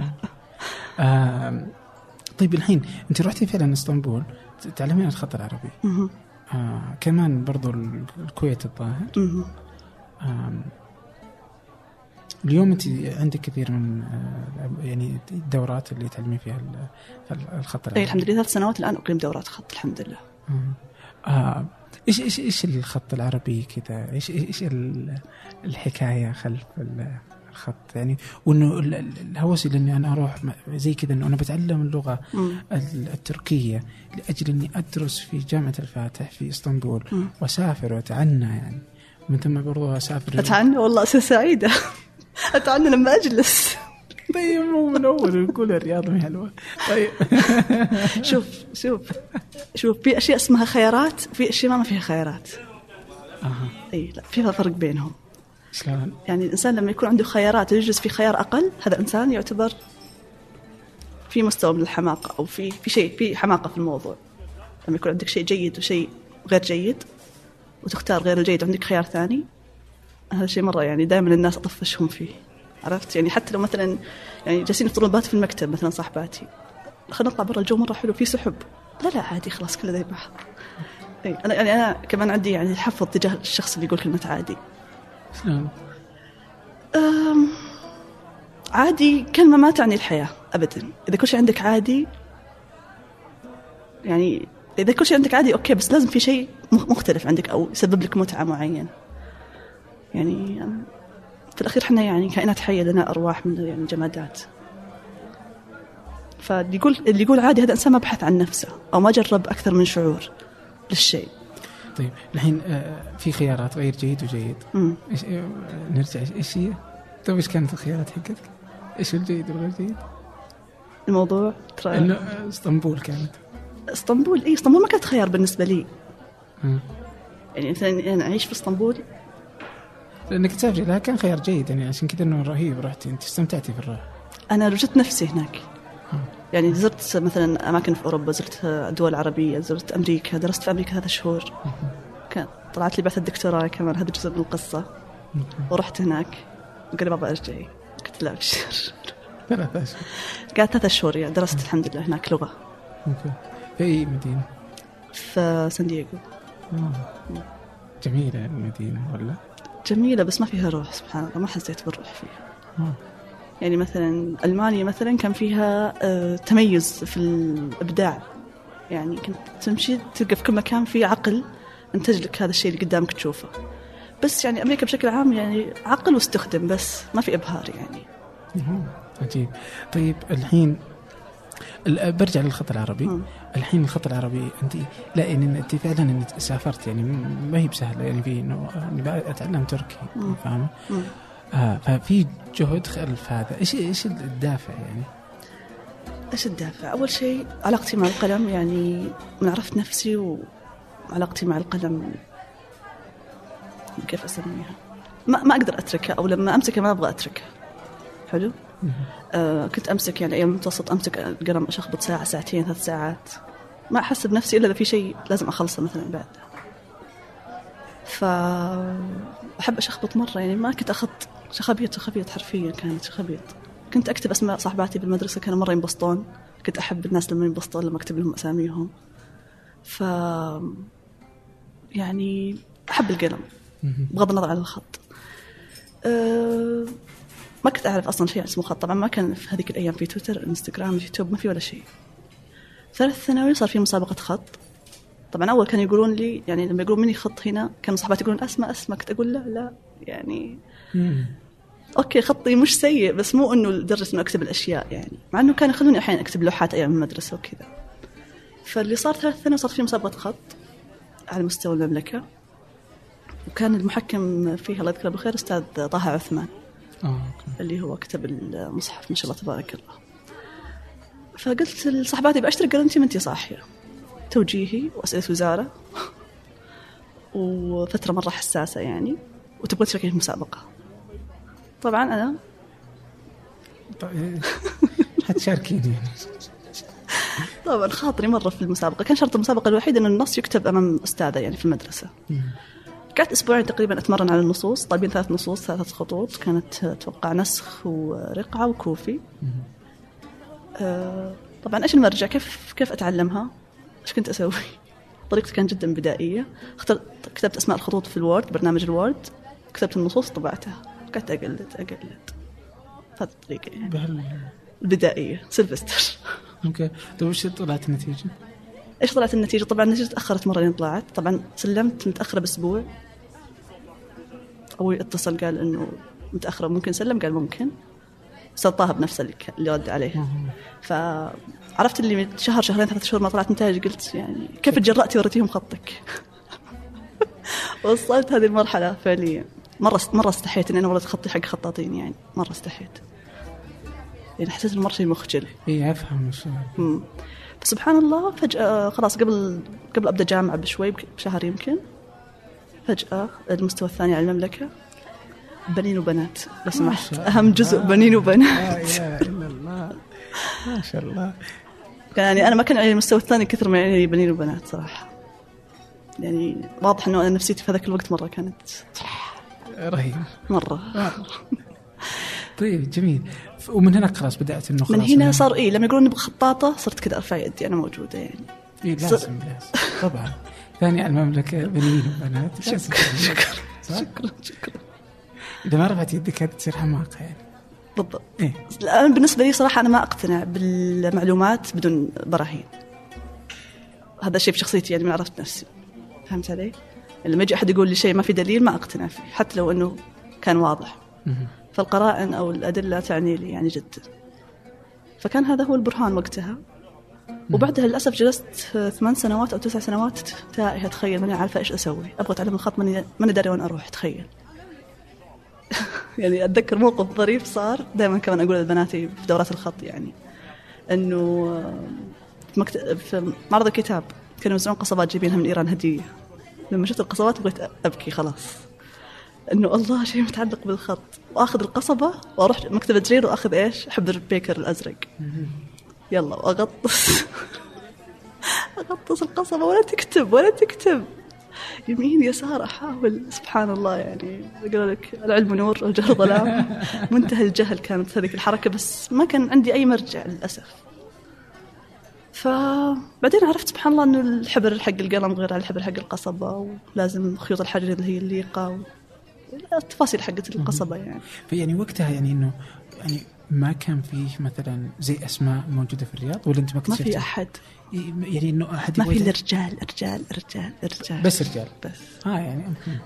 طيب الحين أنت رحتي فعلا اسطنبول تعلمين الخط العربي. كمان برضو الكويت الظاهر. اليوم أنت عندك كثير من يعني الدورات اللي تعلمين فيها الخط العربي. الحمد لله 3 سنوات الآن أقيم دورات خط الحمد لله. إيش الخط العربي كذا؟ إيش الحكاية خلف الخط يعني؟ وإنه الهوس لأني أنا أروح زي كذا إنه أنا بتعلم اللغة التركية لأجل إني أدرس في جامعة الفاتح في اسطنبول وأسافر وأتعنى يعني من ثم برضو أسافر. أتعنى والله سعيدة. أتعنى لما أجلس. طيب مو من أول نقول الرياضة مي حلوة. طيب شوف في أشياء اسمها خيارات وفي أشياء ما فيها خيارات. أي لا فيها فرق بينهم. شلون؟ يعني الإنسان لما يكون عنده خيارات ويجلس في خيار أقل، هذا إنسان يعتبر في مستوى من الحماقة أو في شيء في حماقة في الموضوع. لما يكون عندك شيء جيد وشيء غير جيد وتختار غير الجيد وعندك خيار ثاني، هذا شيء مرة يعني دائما الناس أطفشهم فيه. عرفت يعني حتى لو مثلا يعني جالسين طلبات في المكتب مثلا صاحباتي، خلينا نطلع برا الجو مرة حلو في سحب، لا عادي خلاص كله زي بعض. أنا كمان عندي يعني حفظ تجاه الشخص اللي يقول كلمة عادي. عادي كلمة ما تعني الحياة أبدا. إذا كل شيء عندك عادي يعني إذا كل شيء عندك عادي أوكي، بس لازم في شيء مختلف عندك أو يسبب لك متعة معينة. يعني في الأخير إحنا يعني كائنات حية لنا أرواح من يعني جمادات. فاللي يقول عادي هذا إنسان ما بحث عن نفسه أو ما جرب أكثر من شعور للشيء. طيب الحين في خيارات غير جيد وجيد. نرجع إيش هي؟ طيب إيش كانت الخيارات حقتك؟ إيش الجيد والغير جيد؟ الموضوع ترى إنه اسطنبول كانت. اسطنبول اسطنبول ما كانت خيار بالنسبة لي. يعني مثلا أنا أعيش في اسطنبول لأنك تسافري لها كان خيار جيد يعني عشان كذا إنه رهيب رحتي أنت استمتعتي في الراحة. أنا رجعت نفسي هناك. يعني زرت مثلا أماكن في أوروبا، زرت دول عربية، زرت أمريكا، درست في أمريكا 3 شهور. كان طلعت لي بعثة الدكتوراه كمان، هذا جزء من القصة. ورحت هناك وقال لي بابا أرجعي، قلت لا أبشر. 3 أشهر قعدت 3 شهور يعني درست الحمد لله هناك لغة. في أي مدينة؟ في سان دييغو. جميلة المدينة ولا؟ جميلة بس ما فيها روح، سبحان الله ما حسيت بالروح فيها. يعني مثلا ألمانيا مثلا كان فيها تميز في الإبداع. يعني كنت تمشي تلقى في كل مكان فيه عقل انتج لك هذا الشيء اللي قدامك تشوفه. بس يعني أمريكا بشكل عام يعني عقل واستخدم بس ما في إبهار يعني. عجيب. طيب الحين برجع للخط العربي. الحين الخط العربي أنت لا يعني أنت فعلا أنت سافرت يعني ما هي بسهلة يعني في إنه أتعلم تركي فاهمة. ففي جهد خلف هذا. إيش الدافع يعني؟ إيش الدافع؟ أول شيء علاقتي مع القلم، يعني من عرفت نفسي وعلاقتي مع القلم كيف أسميها ما أقدر أتركها، أو لما أمسكها ما أبغى أتركها. حلو. كنت أمسك يعني أيام المتوسط أمسك القلم أشخبط ساعة ساعتين 3 ساعات، ما أحس بنفسي إلا إذا في شيء لازم أخلصه مثلا بعد. فأحب أشخبط مرة، يعني ما كنت أخط شخبيط حرفيا، كانت شخبيط. كنت أكتب أسماء صاحباتي بالمدرسة، كانوا مرة ينبسطون. كنت أحب الناس لما ينبسطون لما أكتب لهم أساميهم. يعني أحب القلم بغض النظر عن الخط. ما كنت أعرف أصلا شيء اسمه خط، طبعا ما كان في هذيك الأيام في تويتر انستغرام يوتيوب، ما في ولا شيء. 3 ثانوي صار في مسابقة خط. طبعا أول كانوا يقولون لي يعني لما يقولون مني خط هنا كانوا صحباتي يقولون أسمع كنت أقول لا يعني أوكي خطي مش سيء بس مو إنه لدرجة إنه أكتب الأشياء يعني، مع إنه كانوا يخلوني أحيانا أكتب لوحات أيام المدرسة وكذا. فاللي صار 3 ثانوي صار في مسابقة خط على مستوى المملكة، وكان المحكم فيها الله يذكره بالخير أستاذ طه عثمان. اللي هو كتب المصحف ما شاء الله تبارك الله. فقلت لصحباتي بأشترك، قالوا أنتي ما أنتي صاحية، توجيهي وأسئلة وزارة وفترة مرة حساسة يعني، وتبغى تشاركين في المسابقة. طبعا أنا هتشاركين يعني. طبعا خاطري مرة في المسابقة. كان شرط المسابقة الوحيد أن النص يكتب أمام أستاذة يعني في المدرسة. قعدت أسبوعين تقريبا أتمرن على النصوص، طالبين 3 نصوص 3 خطوط، كانت توقع نسخ ورقعة وكوفي. طبعا إيش المرجع كيف أتعلمها، إيش كنت أسوي؟ طريقتي كانت جدا بدائية. كتبت أسماء الخطوط في الوورد، برنامج الوورد، كتبت النصوص طبعتها، قعدت أقلد هذه الطريقة يعني بدائية سيلفستر. اوكي. طيب وش طلعت النتيجة؟ ايش طلعت النتيجة؟ طبعا النتيجة تأخرت مرة لين طلعت. طبعا سلمت متأخرة بأسبوع. أول اتصل قال إنه متأخرة ممكن سلم، قال ممكن. سلطاها بنفسه اللي رد عليه. فعرفت اللي شهر شهرين 3 شهور ما طلعت نتائج، قلت يعني كيف تجرأتي وريتيهم خطك. وصلت هذه المرحلة فعليا. مرة استحيت إن أنا ولد خطي حق خطاطين يعني، مرة استحيت يعني، حسيت إنه مرة شيء مخجل. إيه أفهم شو. فسبحان الله فجأة خلاص قبل أبدأ جامعة بشوي بشهر يمكن، فجأة المستوى الثاني على المملكة بنين وبنات. لو سمحت أهم جزء بنين وبنات. يا إلا الله ما شاء الله. يعني أنا ما كان على المستوى الثاني كثر ما يعني بنين وبنات صراحة. يعني واضح إنه أنا نفسيتي في هذاك الوقت مرة كانت رهيب مرة. طيب جميل. ومن هنا خلاص بدأت إنه خلاص من هنا صار لما يقولون نبغى خطاطة صرت كذا أرفع يدي أنا موجودة يعني. لازم طبعا. ثاني على المملكة بنين وبنات. شكرا. إذا ما رفعت يدك هذه تصير حماقة يعني. بالضبط. إيه؟ الآن بالنسبة لي صراحة أنا ما أقتنع بالمعلومات بدون براهين. هذا الشيء في شخصيتي يعني، ما عرفت نفسي. فهمت علي؟ لما يجي أحد يقول لي شيء ما في دليل ما أقتنع فيه حتى لو أنه كان واضح. فالقرائن أو الأدلة تعني لي يعني جدا. فكان هذا هو البرهان وقتها. وبعدها للأسف جلست 8 سنوات أو 9 سنوات تائهة. تخيل ماني عارفة إيش أسوي. أبغى أتعلم الخط ماني داري وين أروح. تخيل. يعني أتذكر موقف ظريف صار دائما كمان أقول لبناتي في دورات الخط يعني أنه في معرض الكتاب كانوا يوزعون قصبات جايبينها من إيران هدية. لما شفت القصبات بغيت أبكي خلاص إنه الله شيء متعلق بالخط. وأخذ القصبة وأروح مكتبة جرير وأخذ إيش حبر بيكر الأزرق يلا وأغطس القصبة ولا تكتب يمين يسار أحاول. سبحان الله يعني يقول لك العلم نور والجهل ظلام. منتهى الجهل كانت هذه الحركة بس ما كان عندي أي مرجع للأسف. فبعدين عرفت سبحان الله إنه الحبر حق القلم غير على الحبر حق القصبة ولازم خيوط الحجر اللي هي الليقة التفاصيل حقت القصبة يعني. فيعني وقتها يعني إنه يعني ما كان فيه مثلا زي أسماء موجودة في الرياض ولا أنت ما كنت ما في أحد يعني إنه أحد ما في الرجال بس رجال بس يعني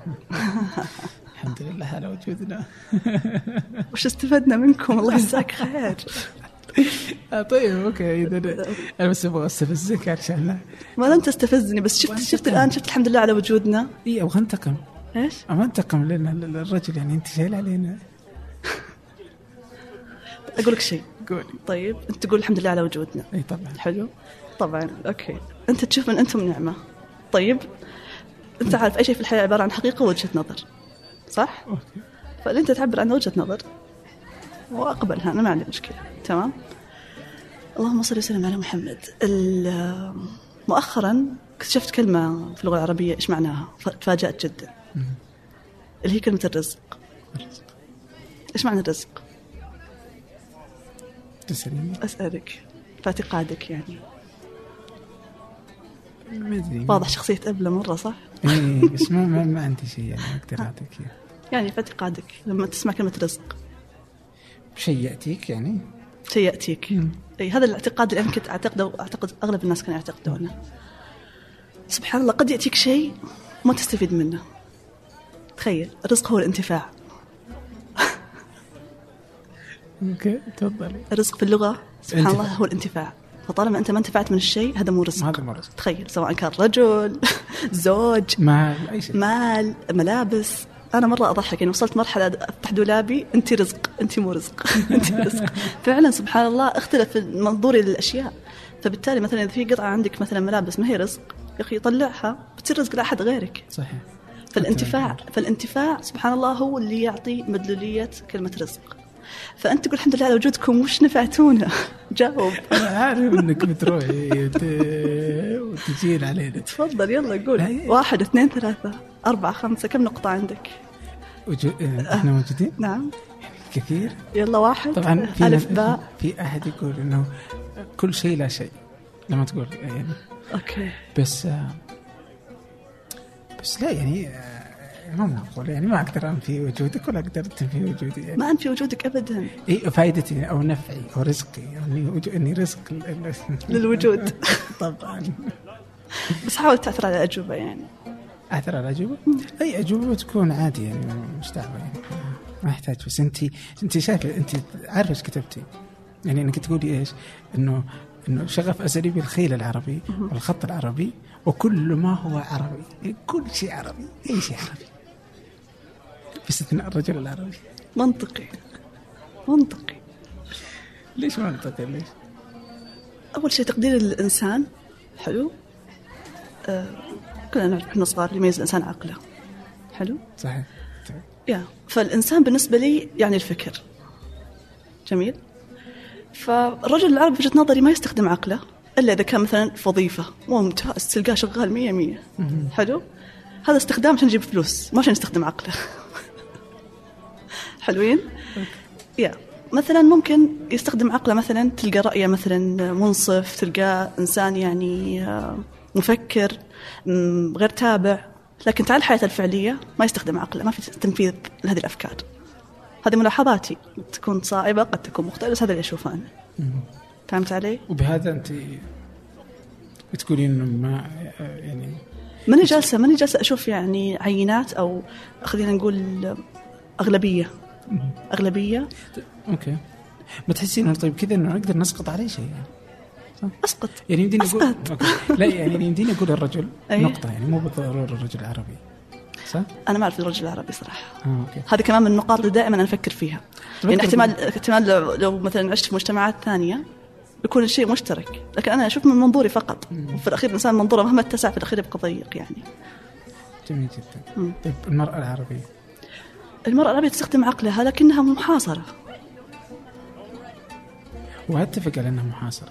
الحمد لله على وجودنا. وش استفدنا منكم الله يجزاك خير. طيب اوكي اذا انا بس ابغى استفزك عشان ما لم تستفزني بس شفت الان شفت الحمد لله على وجودنا. اي ابغى انتقم. ايش ابغى انتقم لان الرجل يعني انت شايل علينا. اقول لك شيء قولي. طيب انت تقول الحمد لله على وجودنا. اي طبعا حلو طبعا اوكي. انت تشوف ان انتم نعمه. طيب انت عارف اي شيء في الحياه عباره عن حقيقه ووجهه نظر صح؟ أوكي. فاللي انت تعبر عن وجهه نظر واقبلها انا ما عندي مشكله تمام. اللهم صل وسلم على محمد. مؤخرا اكتشفت كلمه في اللغه العربيه ايش معناها تفاجأت جدا اللي هي كلمه الرزق. ايش معنى الرزق؟ تسأليني اسالك في اعتقادك يعني مدري واضح شخصيه أبلة مره صح؟ اي بس ما عندي شيء يعني اقدر اعطيك يعني في اعتقادك لما تسمع كلمه رزق شيء ياتيك يعني شيء ياتيك. اي هذا الاعتقاد اللي انا كنت اعتقد اغلب الناس كانوا يعتقدونه. سبحان الله قد ياتيك شيء ما تستفيد منه. تخيل الرزق هو الانتفاع. اوكي تفضلي. الرزق في اللغه سبحان الله هو الانتفاع. فطالما انت ما انتفعت من الشيء هذا مو رزق. هذا مو رزق. تخيل سواء كان رجل زوج مال اي شيء مال ملابس. أنا مرة أضحك يعني وصلت مرحلة أفتح دولابي أنت رزق أنت مو رزق أنت رزق. فعلا سبحان الله اختلف منظوري للأشياء. فبالتالي مثلا إذا في قطعة عندك مثلا ملابس ما هي رزق يا أخي طلعها بتصير رزق لأحد غيرك. صحيح. فالانتفاع سبحان الله هو اللي يعطي مدلولية كلمة رزق. فأنت تقول الحمد لله على وجودكم وش نفعتونا. جاوب. أنا عارف إنك بتروحي وتجين علينا. تفضل يلا قول 1 2 3 4 5 كم نقطة عندك؟ إحنا موجودين؟ نعم كثير. يلا 1 طبعا ألف باء. في أحد يقول إنه كل شيء لا شيء لما تقول يعني. أوكي. بس لا يعني ما أقول يعني ما أقدر أنفي وجودك ولا أقدر تنفي وجودي يعني. ما أنفي وجودك أبدا. إيه فائدتي أو نفعي أو رزقي يعني إني رزق للوجود. طبعا. بس حاول تعثر على أجوبة يعني. أعثر على أجوبة؟ أي أجوبة تكون عادي يعني مش دعوة يعني ما يحتاج. بس أنت شايفة أنت عارفة إيش كتبتي يعني إنك تقولي إيش إنه شغف أزلي بالخيل العربي والخط العربي وكل ما هو عربي. كل شيء عربي أي شيء عربي باستثناء الرجل العربي. منطقي. ليش منطقي ليش؟ أول شيء تقدير الإنسان حلو. كلنا نعرف إحنا صغار يميز الإنسان عقله حلو. صحيح. فالإنسان بالنسبة لي يعني الفكر جميل. فالرجل العربي في وجهة نظري ما يستخدم عقله إلا إذا كان مثلا في وظيفة ممتاز تلقاه شغال 100 حلو. هذا استخدام عشان يجيب فلوس ما عشان يستخدم عقله. حلوين. مثلا ممكن يستخدم عقله مثلا تلقى رأيه مثلا منصف تلقاه إنسان يعني مفكر غير تابع. لكن تعال الحياة الفعلية ما يستخدم عقله ما في تنفيذ لهذه الأفكار. هذه ملاحظاتي تكون صائبة قد تكون مختلفة بس هذا اللي أشوفه أنا. فهمت علي؟ وبهذا أنت بتقولين إنه ما يعني ماني جالسة أشوف يعني عينات أو خلينا نقول أغلبية. أوكي. ما تحسين إنه طيب كذا إنه نقدر نسقط عليه شيء يعني؟ أسقط يعني يمديني أقول لا يعني يمديني أقول الرجل نقطة يعني مو بالضرورة الرجل العربي صح؟ أنا ما أعرف الرجل العربي صراحة. أوكي. هذه كمان من النقاط اللي دائما أنا أفكر فيها. يعني احتمال لو مثلا عشت في مجتمعات ثانية بيكون الشيء مشترك، لكن أنا أشوف من منظوري فقط. وفي الأخير الإنسان منظوره مهما اتسع في الأخير يبقى ضيق يعني. جميل جدا. طيب المرأة العربية تستخدم عقلها لكنها محاصرة. وأتفق على أنها محاصرة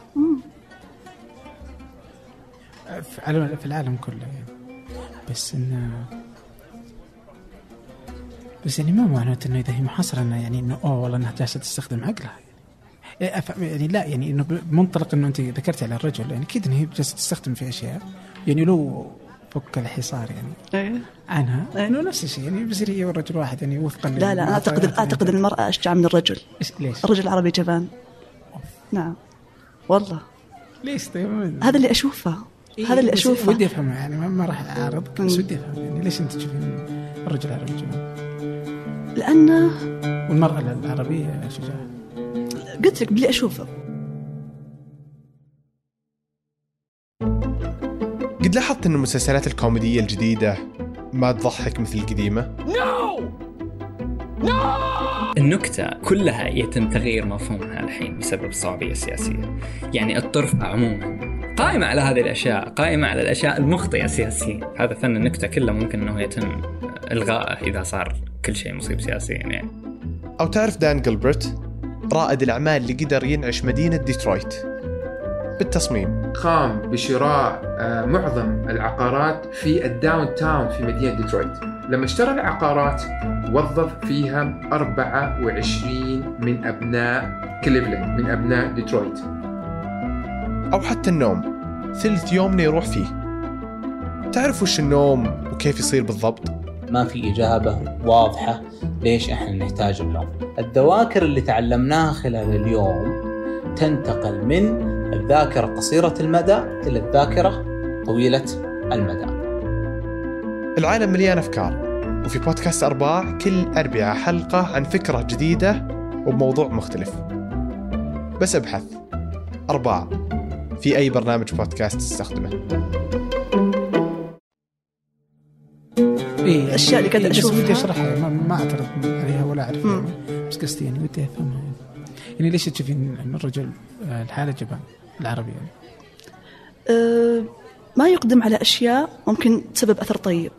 في العالم كله يعني. بس يعني ما معناته إنه إذا هي محاصرة إنه يعني إنه والله إنها جالسة تستخدم عقلها يعني لا يعني إنه بمنطلق إنه أنت ذكرتي على الرجل يعني كده إنه هي جالسة تستخدم في أشياء يعني لو فك الحصار يعني عنها إنه نفس الشيء يعني بصير هي والرجل واحد يعني وفقا. لا أنا أعتقد المرأة أشجع من الرجل. ليش؟ الرجل العربي جبان. نعم والله. ليش طيب؟ هذا اللي أشوفه. هذا اللي أشوفه. ودي أفهم يعني ما راح أعارض بس ودي أفهم يعني ليش أنت تشوفين الرجل العربي جبان؟ لأنه والمرأة العربية شجاعة. قلت لك بلي أشوفه. قد لاحظت أن المسلسلات الكوميدية الجديدة ما تضحك مثل القديمة؟ النكتة كلها يتم تغيير مفهومها الحين بسبب الصعوبية السياسية. يعني الطرف عموما قائمة على هذه الأشياء، قائمة على الأشياء المخطئة سياسيا. هذا فن النكتة كله ممكن أنه يتم إلغائه إذا صار كل شيء مصيب سياسيا يعني. أو تعرف دان جيلبرت رائد الأعمال اللي قدر ينعش مدينة ديترويت بالتصميم؟ قام بشراء معظم العقارات في الداون تاون في مدينة ديترويت. لما اشترى العقارات وظف فيها 24 من أبناء كليفلاند، من أبناء ديترويت. أو حتى النوم، ثلث يومنا يروح فيه. تعرف وش النوم وكيف يصير بالضبط؟ ما في إجابة واضحة ليش إحنا نحتاج النوم. الذواكر اللي تعلمناها خلال اليوم تنتقل من الذاكرة قصيرة المدى إلى الذاكرة طويلة المدى. العالم مليان أفكار، وفي بودكاست أرباع كل أربعة حلقة عن فكرة جديدة وبموضوع مختلف. بس ابحث أرباع في أي برنامج بودكاست تستخدمه. الأشياء اللي كنت أشوفها ودي أشرحها ما أعترض عليها ولا أعرف بس قصدي يعني ودي أفهمها يعني ليش تشوفين الرجل الحالة جبان العربي يعني؟ ما يقدم على أشياء ممكن تسبب أثر طيب.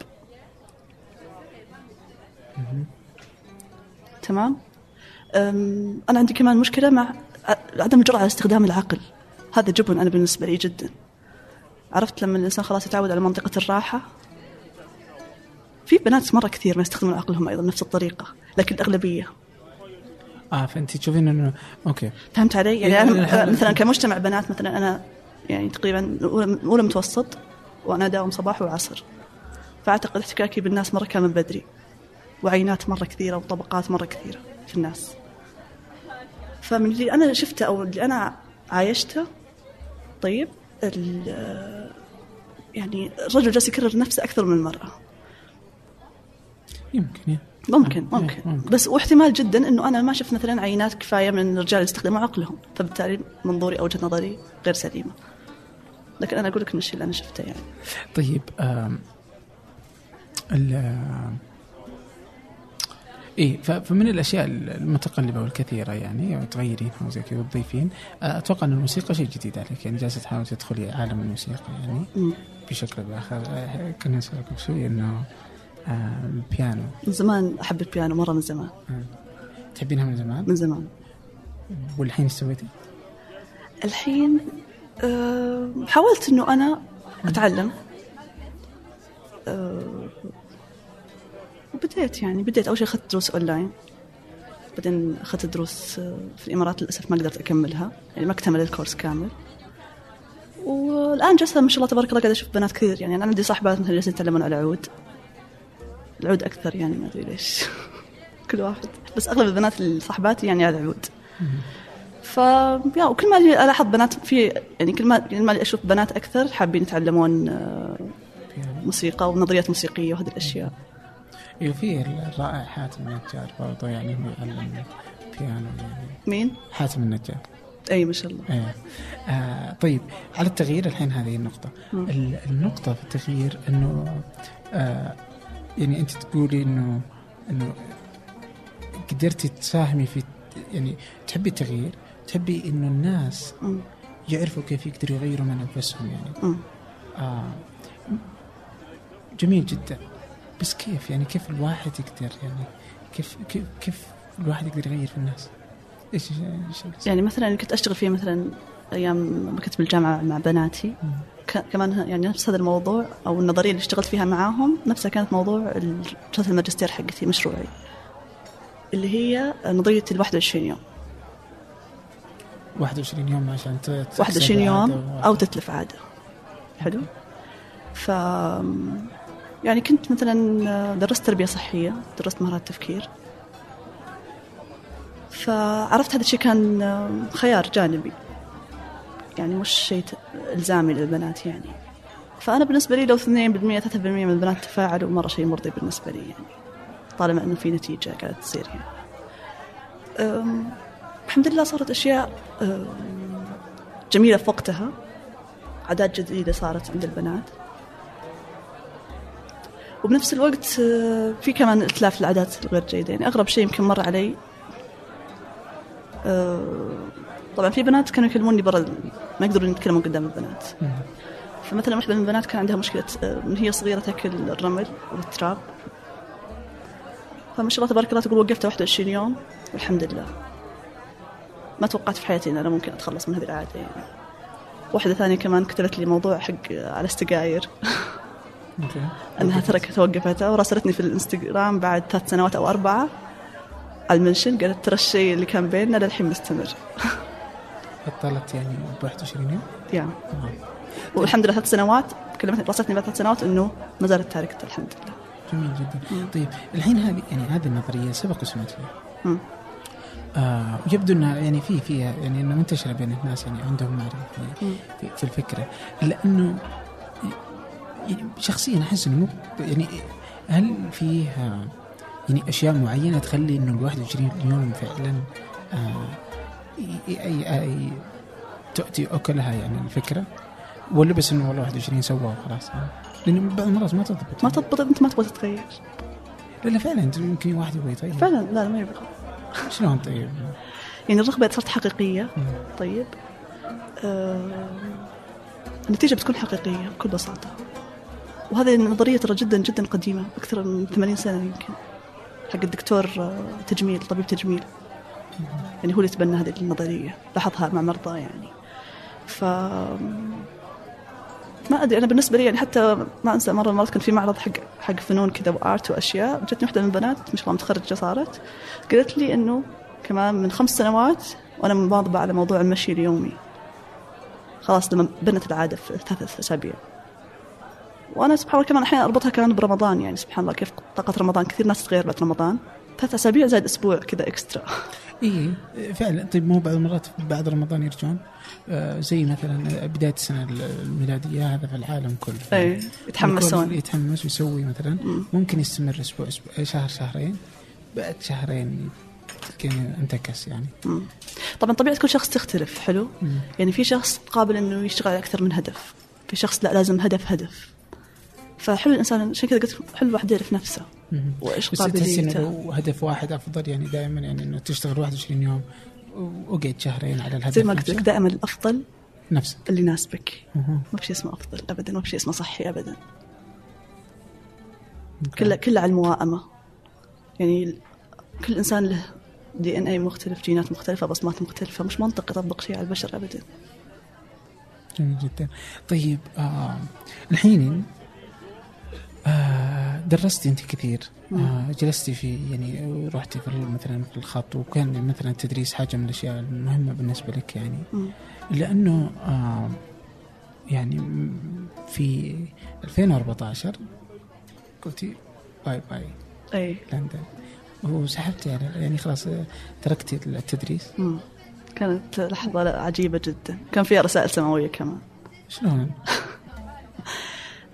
تمام. أنا عندي كمان مشكلة مع عدم الجرأة على استخدام العقل. هذا جبن أنا بالنسبة لي جدا. عرفت لما الإنسان خلاص يتعود على منطقة الراحة. في بنات مرة كثير ما يستخدمون عقلهم أيضا نفس الطريقة، لكن الأغلبية. فأنت تشوفين إنه أوكي. فهمت علي؟ يعني أنا مثلا كمجتمع بنات مثلا أنا يعني تقريبا أولى متوسط وأنا داوم صباح وعصر، فأعتقد احتكاكي بالناس مرة كان من بدري، وعينات مرة كثيرة وطبقات مرة كثيرة في الناس. فمن اللي أنا شفته أو اللي أنا عايشته طيب يعني الرجل جالس يكرر نفسه أكثر من المرأة. ممكن بس واحتمال جدا إنه أنا ما شفت مثلا عينات كفاية من الرجال يستخدموا عقلهم، فبالتالي منظوري أو وجهة نظري غير سليمة. لكن أنا أقول لك إن الشيء اللي أنا شفته يعني. طيب فمن الأشياء المتقلبة والكثيرة يعني تغيرينها وزي كذا وتضيفين. أتوقع أن الموسيقى شيء جديد عليك يعني جالسة تحاول تدخلي عالم الموسيقى يعني بشكل بآخر. كنا نسألكم شوي إنه البيانو. من زمان أحب البيانو مرة من زمان. تحبينها من زمان؟ من زمان. والحين سويتي؟ الحين حاولت إنه أنا أتعلم. بديت أول شيء أخذت دروس أونلاين، بعدين أخذت دروس في الإمارات للأسف ما قدرت أكملها يعني ما اكتمل الكورس كامل. والآن جالسة ما شاء الله تبارك الله قاعدة أشوف بنات كثير يعني أنا عندي صاحبات مثلا جالسين يتعلمون على العود أكثر يعني ما أدري ليش كل واحد، بس أغلب البنات الصاحبات يعني على العود. وكل ما ألاحظ بنات في يعني كل ما أشوف بنات أكثر حابين يتعلمون موسيقى ونظريات موسيقية وهذه الأشياء. وفي الرائع حاتم النجار برضه يعني هو يعلم بيانو يعني. مين؟ حاتم النجار. أي ما شاء الله. طيب على التغيير الحين هذه النقطة. النقطة في التغيير إنه يعني أنت تقولي إنه قدرتي تساهمي في يعني تحبي التغيير، تحبي إنه الناس يعرفوا كيف يقدروا يغيروا من أنفسهم يعني. جميل جدا. بس كيف يعني كيف الواحد يقدر يعني كيف الواحد يقدر يغير في الناس؟ إيش يعني مثلا كنت أشتغل فيه مثلا أيام ما كنت بالجامعة مع بناتي كمان يعني نفس هذا الموضوع أو النظرية اللي اشتغلت فيها معاهم نفسها كانت موضوع رسالة الماجستير حقتي مشروعي اللي هي نظرية 21 يوم. 21 يوم عشان 21 يوم أو تتلف عادة. حلو. يعني كنت مثلا درست تربية صحية، درست مهارات تفكير، فعرفت هذا الشيء كان خيار جانبي يعني مش شيء إلزامي للبنات يعني. فأنا بالنسبة لي لو 2% 3% من البنات تفاعلوا مرة شيء مرضي بالنسبة لي يعني، طالما أنه في نتيجة قاعدة تصير يعني. الحمد لله صارت أشياء جميلة في وقتها، عادات جديدة صارت عند البنات، وبنفس الوقت في كمان إتلاف العادات الغير جيدة. يعني أغرب شيء يمكن مر علي طبعا في بنات كانوا يكلموني برا ما يقدرون يتكلمون قدام البنات. فمثلا واحدة من البنات كان عندها مشكلة من هي صغيرة تأكل الرمل والتراب، فما شاء الله تبارك الله تقول وقفتها 21 يوم والحمد لله. ما توقعت في حياتي أن أنا ممكن أتخلص من هذه العادة يعني. واحدة ثانية كمان كتبت لي موضوع حق على السجاير أنها توقفتها وراسلتني في الإنستغرام بعد 3 سنوات أو 4 على المنشن، قالت ترى الشيء اللي كان بيننا للحين مستمر. بطلت يعني 21 يوم يعني والحمد لله 3 سنوات كلمتني راسلتني بعد 3 سنوات إنه ما زالت تاركة الحمد لله. جميل جدا. طيب الحين هذه النظرية سبق وسمعت فيها ويبدو أنها يعني فيها يعني أنه منتشرة بين الناس يعني عندهم معرفة في الفكرة، إلا أنه يعني شخصيا أحس إنه يعني هل فيها يعني أشياء معينة تخلي إنه 21 يوم فعلا أي تؤتي أكلها يعني الفكرة، ولا بس إنه والله 21 سوى وخلاص يعني؟ لأن بعض المرات ما تضبط أنت ما تبغى تتغير. لا فعلا أنت ممكن واحد يبغى يتغير فعلا. لا ما يبغى. شلون طيب؟ يعني الرغبة صارت حقيقية. طيب النتيجة بتكون حقيقية بكل بساطة. وهذه النظرية ترى جدا جدا قديمة، أكثر من 80 سنة يمكن، حق الدكتور تجميل، طبيب تجميل يعني هو اللي تبنى هذه النظرية، لاحظها مع مرضى يعني. ما أدري أنا بالنسبة لي يعني حتى ما أنسى مرة كان في معرض حق فنون كذا وآرت وأشياء، جتني واحدة من البنات ما شاء الله متخرجة صارت، قالت لي إنه كمان من 5 سنوات وأنا مواظبة على موضوع المشي اليومي، خلاص لما بنت العادة في 3 أسابيع. وأنا سبحان الله كمان أحيانا أربطها كمان برمضان، يعني سبحان الله كيف طاقة رمضان، كثير ناس تغير بعد رمضان، 3 أسابيع زائد أسبوع كذا إكسترا. إيه فعلا. طيب مو بعض المرات بعد رمضان يرجعون زي مثلا بداية السنة الميلادية هذا في العالم كله إيه يتحمسون، يتحمس ويسوي مثلا ممكن يستمر أسبوع شهر شهرين، بعد شهرين كان انتكس يعني. طبعا طبيعة كل شخص تختلف. حلو. يعني في شخص قابل إنه يشتغل على أكثر من هدف، في شخص لا لازم هدف. فحلو الإنسان عشان كذا قلت حلو الواحد يعرف نفسه وإيش قابليته. لو هدف واحد أفضل يعني دائما يعني إنه تشتغل 21 يوم وقعد شهرين على الهدف. زي ما قلت لك دائما الأفضل نفسه اللي يناسبك. ما في شيء اسمه أفضل أبدا، ما في شيء اسمه صحي أبدا. كله على الموائمة. يعني كل إنسان له DNA مختلف، جينات مختلفة، بصمات مختلفة، مش منطقي يطبق شيء على البشر أبدا. جميل جدا. طيب الحين درستي أنت كثير، جلستي في يعني رحتي في مثلا في الخط، وكان مثلا التدريس حاجة من الأشياء المهمة بالنسبة لك يعني. لأنه يعني في 2014 قلتي باي أي لندن وسحبتي على يعني خلاص تركتي التدريس. كانت لحظة عجيبة جدا، كان فيها رسائل سماوية كمان. شلون؟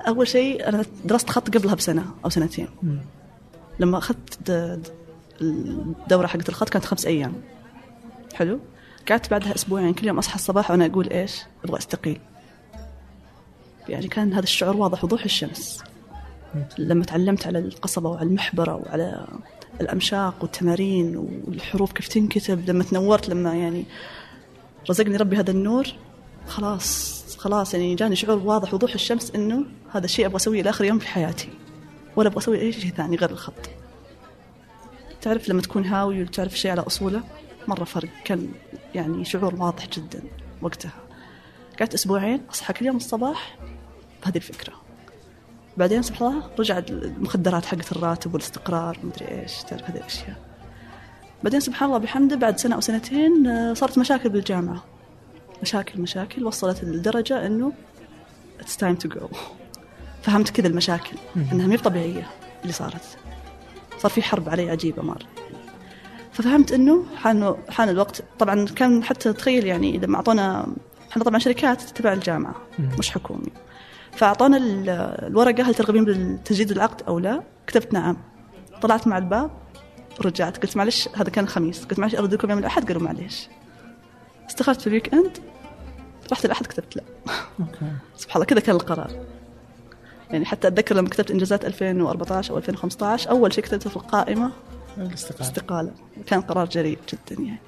أول شيء أنا درست خط قبلها بسنة أو سنتين. لما أخذت الدورة حقت الخط كانت 5 أيام. حلو. قعدت بعدها أسبوعين كل يوم أصحى الصباح وأنا أقول إيش أبغى أستقيل. يعني كان هذا الشعور واضح وضوح الشمس. لما تعلمت على القصبة وعلى المحبرة وعلى الأمشاق والتمارين والحروف كيف تنكتب، لما تنورت، لما يعني رزقني ربي هذا النور، خلاص يعني جاني شعور واضح وضوح الشمس إنه هذا الشيء أبغى أسويه لآخر يوم في حياتي، ولا أبغى أسوي أي شيء ثاني غير الخط. تعرف لما تكون هاوي وتعرف شيء على أصوله، مرة فرق. كان يعني شعور واضح جدا وقتها. قعدت أسبوعين أصحى كل يوم الصباح بهذه الفكرة. بعدين سبحان الله رجعت المخدرات حقت الراتب والاستقرار ومدري إيش، تعرف هذه الأشياء. بعدين سبحان الله بحمده بعد سنة أو سنتين صارت مشاكل بالجامعة، مشاكل وصلت لدرجة إنه it's time to go. فهمت كذا المشاكل إنها مي طبيعية اللي صارت. صار في حرب علي عجيبة مرة. ففهمت إنه حان الوقت. طبعا كان حتى تخيل يعني لما أعطونا، إحنا طبعا شركات تبع الجامعة مش حكومي، فأعطونا الورقة هل ترغبين بالتجديد العقد أو لا؟ كتبت نعم. طلعت مع الباب ورجعت قلت معلش، هذا كان الخميس، قلت معلش أردكم يوم الأحد، قالوا معلش. استخرت في الويك إند، رحت الأحد كتبت لا. سبحان الله كذا كان القرار. يعني حتى أتذكر لما كتبت إنجازات 2014 أو 2015 أول شيء كتبته في القائمة الاستقالة. كان قرار جريء جدا يعني.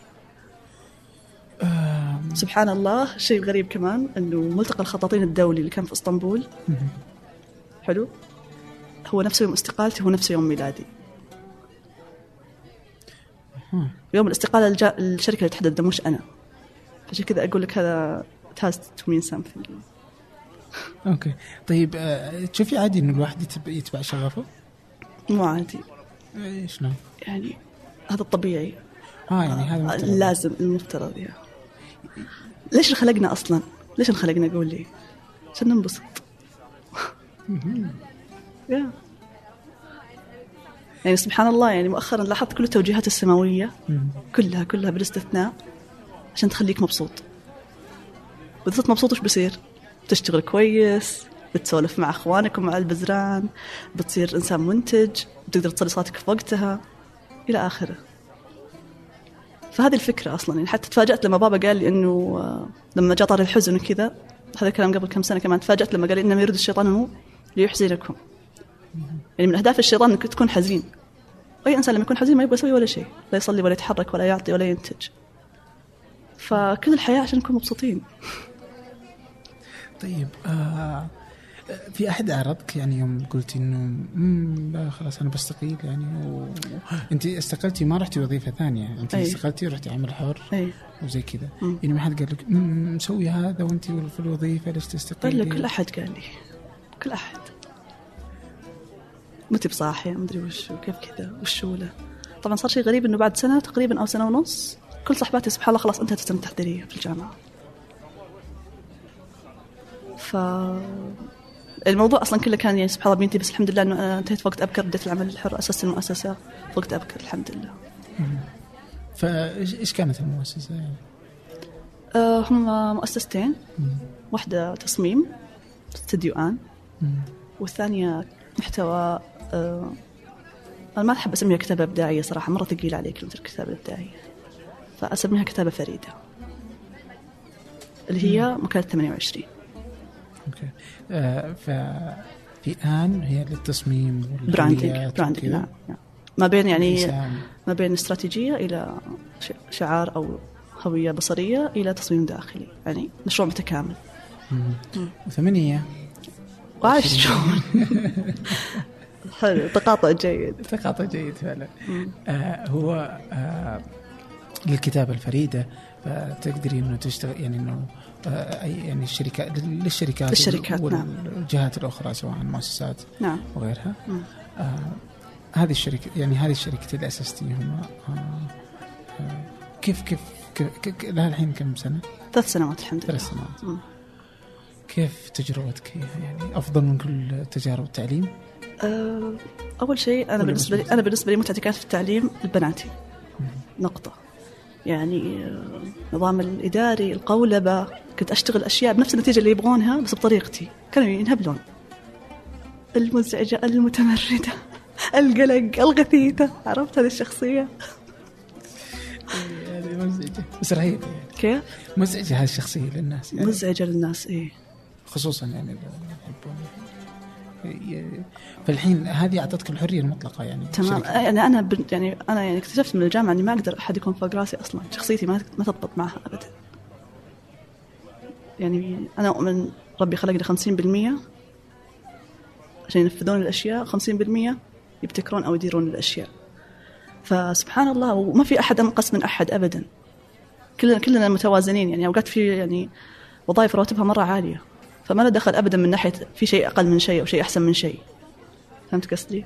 سبحان الله. شيء غريب كمان إنه ملتقى الخطاطين الدولي اللي كان في اسطنبول، حلو، هو نفس يوم استقالتي، هو نفس يوم ميلادي. يوم الاستقالة الشركة اللي تحدد، مش أنا. عشان كذا أقول لك هذا it has to mean something. أوكي طيب، تشوفي عادي إنه الواحد يتبع شغفه؟ مو عادي. إيش نعم؟ يعني هذا الطبيعي. يعني هذا لازم المفترض يعني. ليش خلقنا أصلاً؟ ليش خلقنا؟ قول لي. عشان ننبسط. يعني سبحان الله، يعني مؤخراً لاحظت كل التوجيهات السماوية كلها بلا استثناء عشان تخليك مبسوط. وإذا صرت مبسوط وش بصير؟ بتشتغل كويس، بتسولف مع أخوانك ومع البزران، بتصير إنسان منتج، بتقدر تصلي صلاتك في وقتها إلى آخره. فهذه الفكرة أصلاً. يعني حتى تفاجأت لما بابا قال لي إنه لما جاء طار الحزن وكذا، هذا الكلام قبل كم سنة كمان، تفاجأت لما قال لي إنما يريد الشيطان إنه ليحزنكم. يعني من أهداف الشيطان إنك تكون حزين. أي إنسان لما يكون حزين ما يبغى يسوي ولا شيء، لا يصلي ولا يتحرك ولا يعطي ولا ينتج. فكل الحياة عشان نكون مبسوطين. طيب في أحد عرضك يعني يوم قلتي إنه خلاص أنا بستقيل يعني أنت استقلتي ما رحتي وظيفة ثانية، أنت استقلتي ورحتي عمل حر وزي كذا، يعني ما حد قال لك مسوي هذا وأنت في الوظيفة ليش تستقيلي؟ كل أحد قال لي، كل أحد متى بصاحي ما أدري وش وكيف كذا وشو له. طبعا صار شيء غريب إنه بعد سنة تقريبا أو سنة ونص كل صحباتي سبحان الله خلاص انتهت السنة التحضيرية في الجامعة. فالموضوع أصلا كله كان يعني سبحان الله بنتي، بس الحمد لله أنه انتهيت وقت أبكر، بديت العمل الحر، أسست المؤسسة وقت أبكر الحمد لله. فإيش كانت المؤسسة يعني؟ هم مؤسستين، واحدة تصميم استوديو آن، والثانية محتوى. أنا ما أحب أسميها كتابة إبداعية صراحة، مرة ثقيلة علي كلمة الكتابة الإبداعية، فأسميها كتابة فريدة اللي هي مكالة 28. أوكي. ففي آن هي للتصميم براندنج نعم. ما بين يعني ما بين استراتيجية إلى شعار أو هوية بصرية إلى تصميم داخلي، يعني مشروع متكامل. 8 وعايش شلون. حلو، تقاطع جيد فعلا. هو للكتابة الفريدة، فتقدري إنه تشتغل يعني إنه يعني للشركات والجهات الأخرى سواء المؤسسات نعم وغيرها. هذه الشركة يعني هذه الشركة اللي أسستيهم كيف لها الحين كم سنة؟ 3 سنوات الحمد لله. 3 سنوات. كيف تجربتك يعني أفضل من كل تجارب التعليم؟ أول شيء أنا بالنسبة لي متعتي كانت في التعليم البناتي نقطة. يعني النظام الإداري، القولبة، كنت أشتغل أشياء بنفس النتيجة اللي يبغونها بس بطريقتي، كانوا ينهبلون. المزعجة، المتمردة، القلق، الغثيثة. عرفت هذه الشخصية؟ هذه مزعجة بس رهيبة يعني. كيف؟ مزعجة هذه الشخصية للناس يعني. مزعجة للناس إيه، خصوصا يعني اللي يحبون. فالحين هذه أعطتك الحرية المطلقة يعني. تمام. أنا يعني اكتشفت من الجامعة إني ما أقدر أحد يكون فوق راسي أصلا. شخصيتي ما تضبط معها أبدا. يعني أنا أؤمن ربي خلقني 50% عشان ينفذون الأشياء، 50% يبتكرون أو يديرون الأشياء. فسبحان الله، وما في أحد أنقص من أحد أبدا. كلنا متوازنين يعني. أوقات في يعني وظائف رواتبها مرة عالية، فما له دخل أبدا من ناحية في شيء أقل من شيء أو شيء أحسن من شيء. فهمت قصدي؟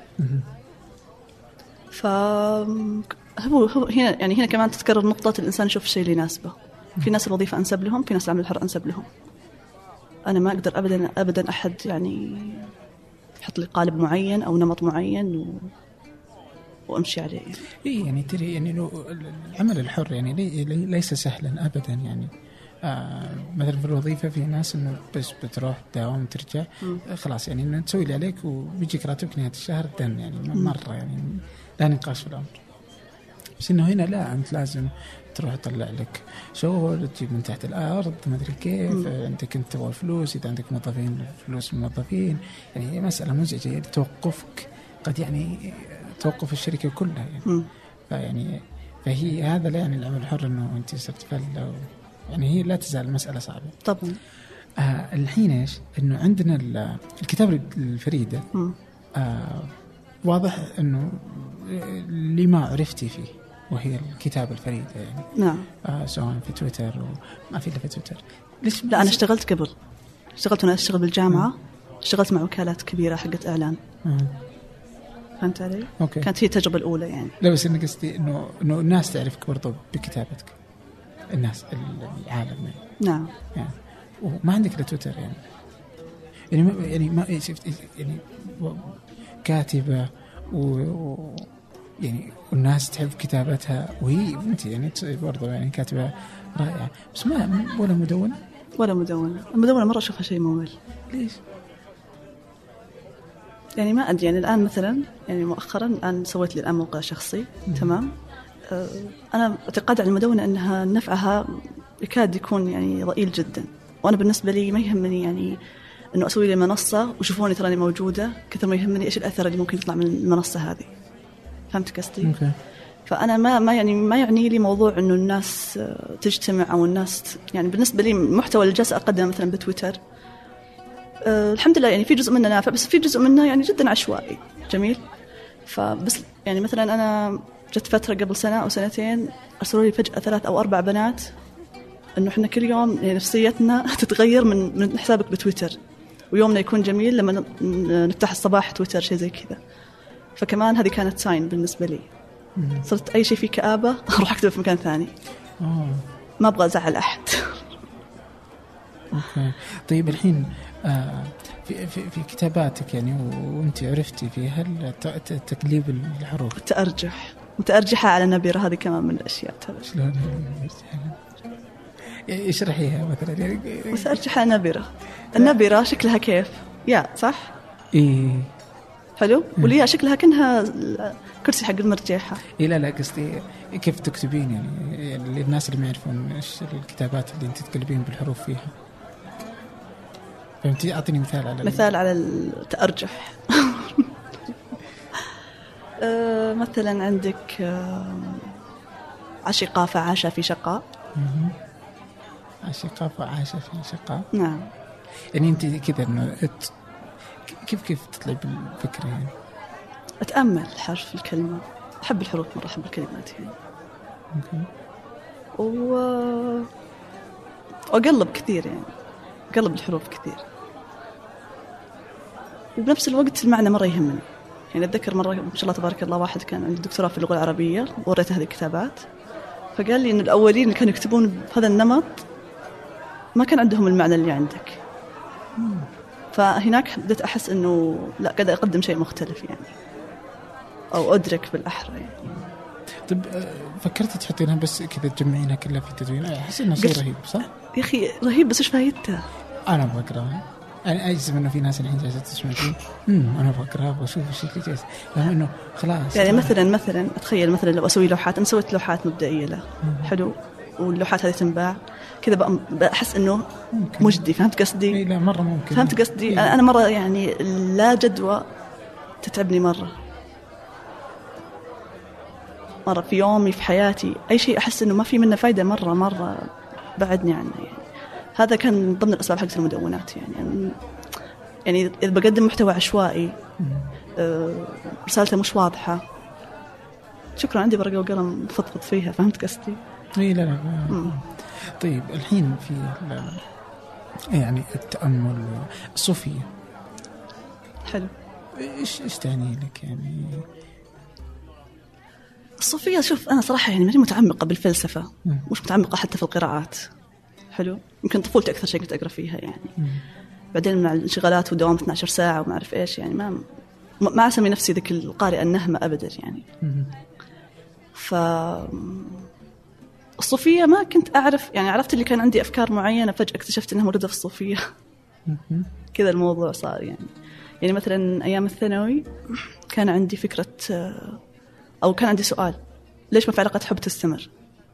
هو هنا كمان تتكرر نقطة الإنسان يشوف الشيء اللي يناسبه. في ناس الوظيفة أنسب لهم، في ناس العمل الحر أنسب لهم. أنا ما أقدر أبدا أحد يعني يحط لي قالب معين أو نمط معين وأمشي عليه. إيه يعني ترى يعني لو العمل الحر يعني ليس سهلا أبدا يعني. مثلا في الوظيفة في ناس إنه بس بتروح تداوم وترجع خلاص يعني إنه تسوي اللي عليك وبيجيك راتبك نهاية الشهر دن يعني مرة يعني لا نقاش في الأمر. بس إنه هنا لا، أنت لازم تروح تطلع لك شغل، تجيب من تحت الأرض ما أدري كيف. عندك أنت تبغى فلوس، إذا عندك موظفين فلوس موظفين يعني. مسألة مزعجة يعني. توقفك قد يعني توقف الشركة كلها يعني. فهي هذا لا يعني العمل الحر إنه أنت صرت فلة يعني. هي لا تزال المسألة صعبة طبعا. الحين إيش إنه عندنا الكتاب الفريدة. واضح إنه لما عرفتي فيه وهي الكتاب الفريدة يعني. نعم. سواء في تويتر وما في إلا في تويتر. ليش؟ لا أنا اشتغلت قبل. اشتغلت وأنا أشتغل بالجامعة. اشتغلت مع وكالات كبيرة حقت إعلان. فهمت علي؟ أوكي. كانت هي التجربة الأولى يعني. لا بس أنا قصدي إنه الناس تعرفك برضو بكتابتك. الناس العالم يعني. نعم يعني. وما عندك لا تويتر يعني ما شفت يعني كاتبة يعني والناس تحب كتابتها وهي أنت يعني برضو يعني كاتبة رائعة. بس ما ولا مدونة المدونة مرة أشوفها شيء ممل. ليش؟ يعني ما أدري يعني. الآن مثلا يعني مؤخرا الآن سويت لي الآن موقع شخصي. تمام. أنا أعتقد على المدونة أنها نفعها يكاد يكون يعني ضئيل جدا. وأنا بالنسبة لي ما يهمني يعني أنه أسوي لي منصة وشوفوني تراني موجودة، كثر ما يهمني إيش الأثر اللي ممكن يطلع من المنصة هذه. فهمت قصدي؟ فأنا ما يعني لي موضوع أنه الناس تجتمع أو الناس يعني. بالنسبة لي المحتوى اللي جالس أقدمه مثلا بتويتر الحمد لله يعني في جزء منه نافع، بس في جزء منه يعني جدا عشوائي. جميل. فبس يعني مثلا أنا جت فترة قبل سنة أو سنتين أرسلوا لي فجأة 3 أو 4 بنات إنه إحنا كل يوم يعني نفسيتنا تتغير من حسابك بتويتر، ويومنا يكون جميل لما نفتح الصباح تويتر شيء زي كذا. فكمان هذه كانت ساين بالنسبة لي. صرت أي شيء فيه كآبة أروح أكتب في مكان ثاني. ما أبغى أزعل أحد. أوكي. طيب الحين في كتاباتك يعني وأنت عرفتي فيها تقليب الحروف. متأرجحة على نبيرة، هذه كمان من الأشياء. شلون اشرحيها مثلا يعني. متأرجحة على نبيرة. النبيرة شكلها كيف؟ يا صح؟ إيه حلو. والياء شكلها كأنها كرسي حق المرجحة. إيه لا كصدي كيف تكتبين يعني الناس اللي ما يعرفون إيش الكتابات اللي أنت تقلبين بالحروف فيها. فهمتي؟ أعطيني مثال على التأرجح. مثلا عندك عشقا فعاش في شقاء. عشقا فعاش في شقاء. نعم. يعني أنت كذا إنه كيف تطلع بالفكرة يعني؟ أتأمل حرف الكلمة. أحب الحروف مرة، أحب الكلمات يعني. وأقلب كثير يعني. أقلب الحروف كثير. وبنفس الوقت المعنى مرة يهمني يعني. أتذكر مرة ما شاء الله تبارك الله واحد كان عنده دكتوراه في اللغة العربية ووريته هذه الكتابات، فقال لي إنه الأولين اللي كانوا يكتبون بهذا النمط ما كان عندهم المعنى اللي عندك. فهناك بدأت أحس إنه لا، قاعد أقدم شيء مختلف يعني، أو أدرك بالأحرى يعني. طب فكرت تحطينها بس كذا تجمعينها كلها في تدوين؟ أحس إنه شيء رهيب صح؟ يا أخي رهيب، بس إيش فايدته؟ أنا بقرأها. أنا أجزم إنه في ناس الحين جالسة تسمع فيه أنا بقرأ وأشوف الشيء اللي جالس إنه خلاص يعني مثلا أتخيل مثلا لو أسوي لوحات، أنا سويت لوحات مبدئية له حلو، واللوحات هذه تنباع كذا بأحس إنه مجدي. فهمت قصدي؟ لا مرة ممكن. فهمت قصدي؟ أنا مرة يعني لا جدوى تتعبني مرة في يومي في حياتي، أي شيء أحس إنه ما في منه فايدة مرة بعدني عنه. يعني هذا كان ضمن الأسباب حقت المدونات. يعني إذا بقدم محتوى عشوائي رسالته مش واضحة، شكرا عندي ورقة وقلم فضفض فيها. فهمت قصدي؟ لا. طيب الحين في يعني التأمل الصوفية حلو، إيش تعني لك يعني الصوفية؟ شوف أنا صراحة يعني ماني متعمقة بالفلسفة، مش متعمقة حتى في القراءات. حلو، يمكن طفولتي أكثر شيء كنت أقرأ فيها يعني. بعدين مع الانشغالات ودوام 12 ساعة وما أعرف إيش يعني ما أسمي نفسي ذيك القارئة النهمة أبدا يعني. الصوفية ما كنت أعرف، يعني عرفت اللي كان عندي أفكار معينة فجأة اكتشفت أنها موجودة في الصوفية. كذا الموضوع صار يعني مثلا أيام الثانوي كان عندي فكرة أو كان عندي سؤال، ليش ما في علاقة حب تستمر؟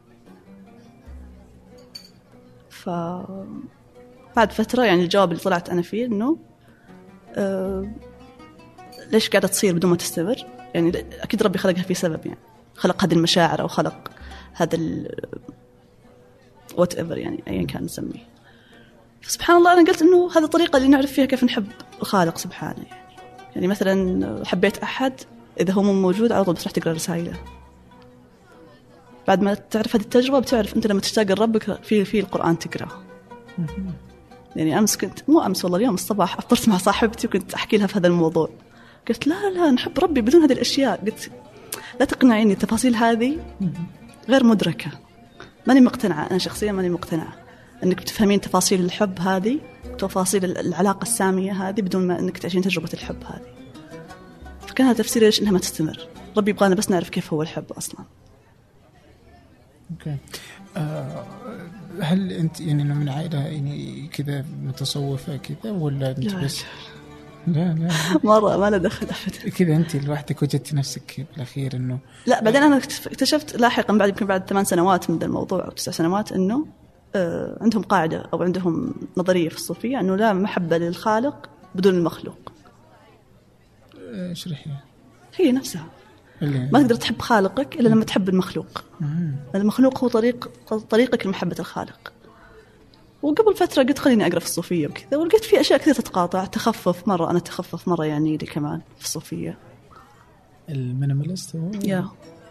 بعد فترة يعني الجواب اللي طلعت أنا فيه إنه ليش قاعدة تصير بدون ما تستمر؟ يعني أكيد ربي خلقها في سبب، يعني خلق هذه المشاعر أو خلق هذا whatever يعني أيا كان نسميه. فسبحان الله أنا قلت إنه هذه الطريقة اللي نعرف فيها كيف نحب الخالق سبحانه. يعني مثلا حبيت أحد، إذا هو مو موجود على طول بتروح تقرأ رسائله. بعد ما تعرف هذه التجربة بتعرف أنت لما تشتاق لربك في القرآن تقرأ. يعني أمس مو أمس والله اليوم الصباح أفطرت مع صاحبتي وكنت أحكي لها في هذا الموضوع. قلت لا نحب ربي بدون هذه الأشياء. قلت لا تقنعيني، التفاصيل هذه غير مدركة. ماني مقتنعة، أنا شخصيا ماني مقتنعة أنك بتفهمين تفاصيل الحب هذه، تفاصيل العلاقة السامية هذه بدون ما أنك تعيشين تجربة الحب هذه. فكان هذا تفسير ليش إنها ما تستمر. ربي يبغانا بس نعرف كيف هو الحب أصلا. أوكي. هل أنت يعني من عائلة يعني كذا متصوفة كذا ولا أنت لا بس؟ لا مرة ما له دخل أبدا. كذا أنت لوحدك وجدت نفسك بالأخير إنه لا. بعدين أنا اكتشفت لاحقا بعد 8 سنوات من الموضوع أو 9 سنوات إنه عندهم قاعدة أو عندهم نظرية في الصوفية إنه لا محبة للخالق بدون المخلوق. اشرحي. هي نفسها ما تقدر تحب خالقك إلا لما تحب المخلوق. المخلوق هو طريقك لمحبة الخالق. وقبل فترة قلت خليني أقرأ في الصوفية وكذا، ولقيت في أشياء كثيرة تتقاطع. تخفف مرة يعني لي كمان في الصوفية المينيماليست يا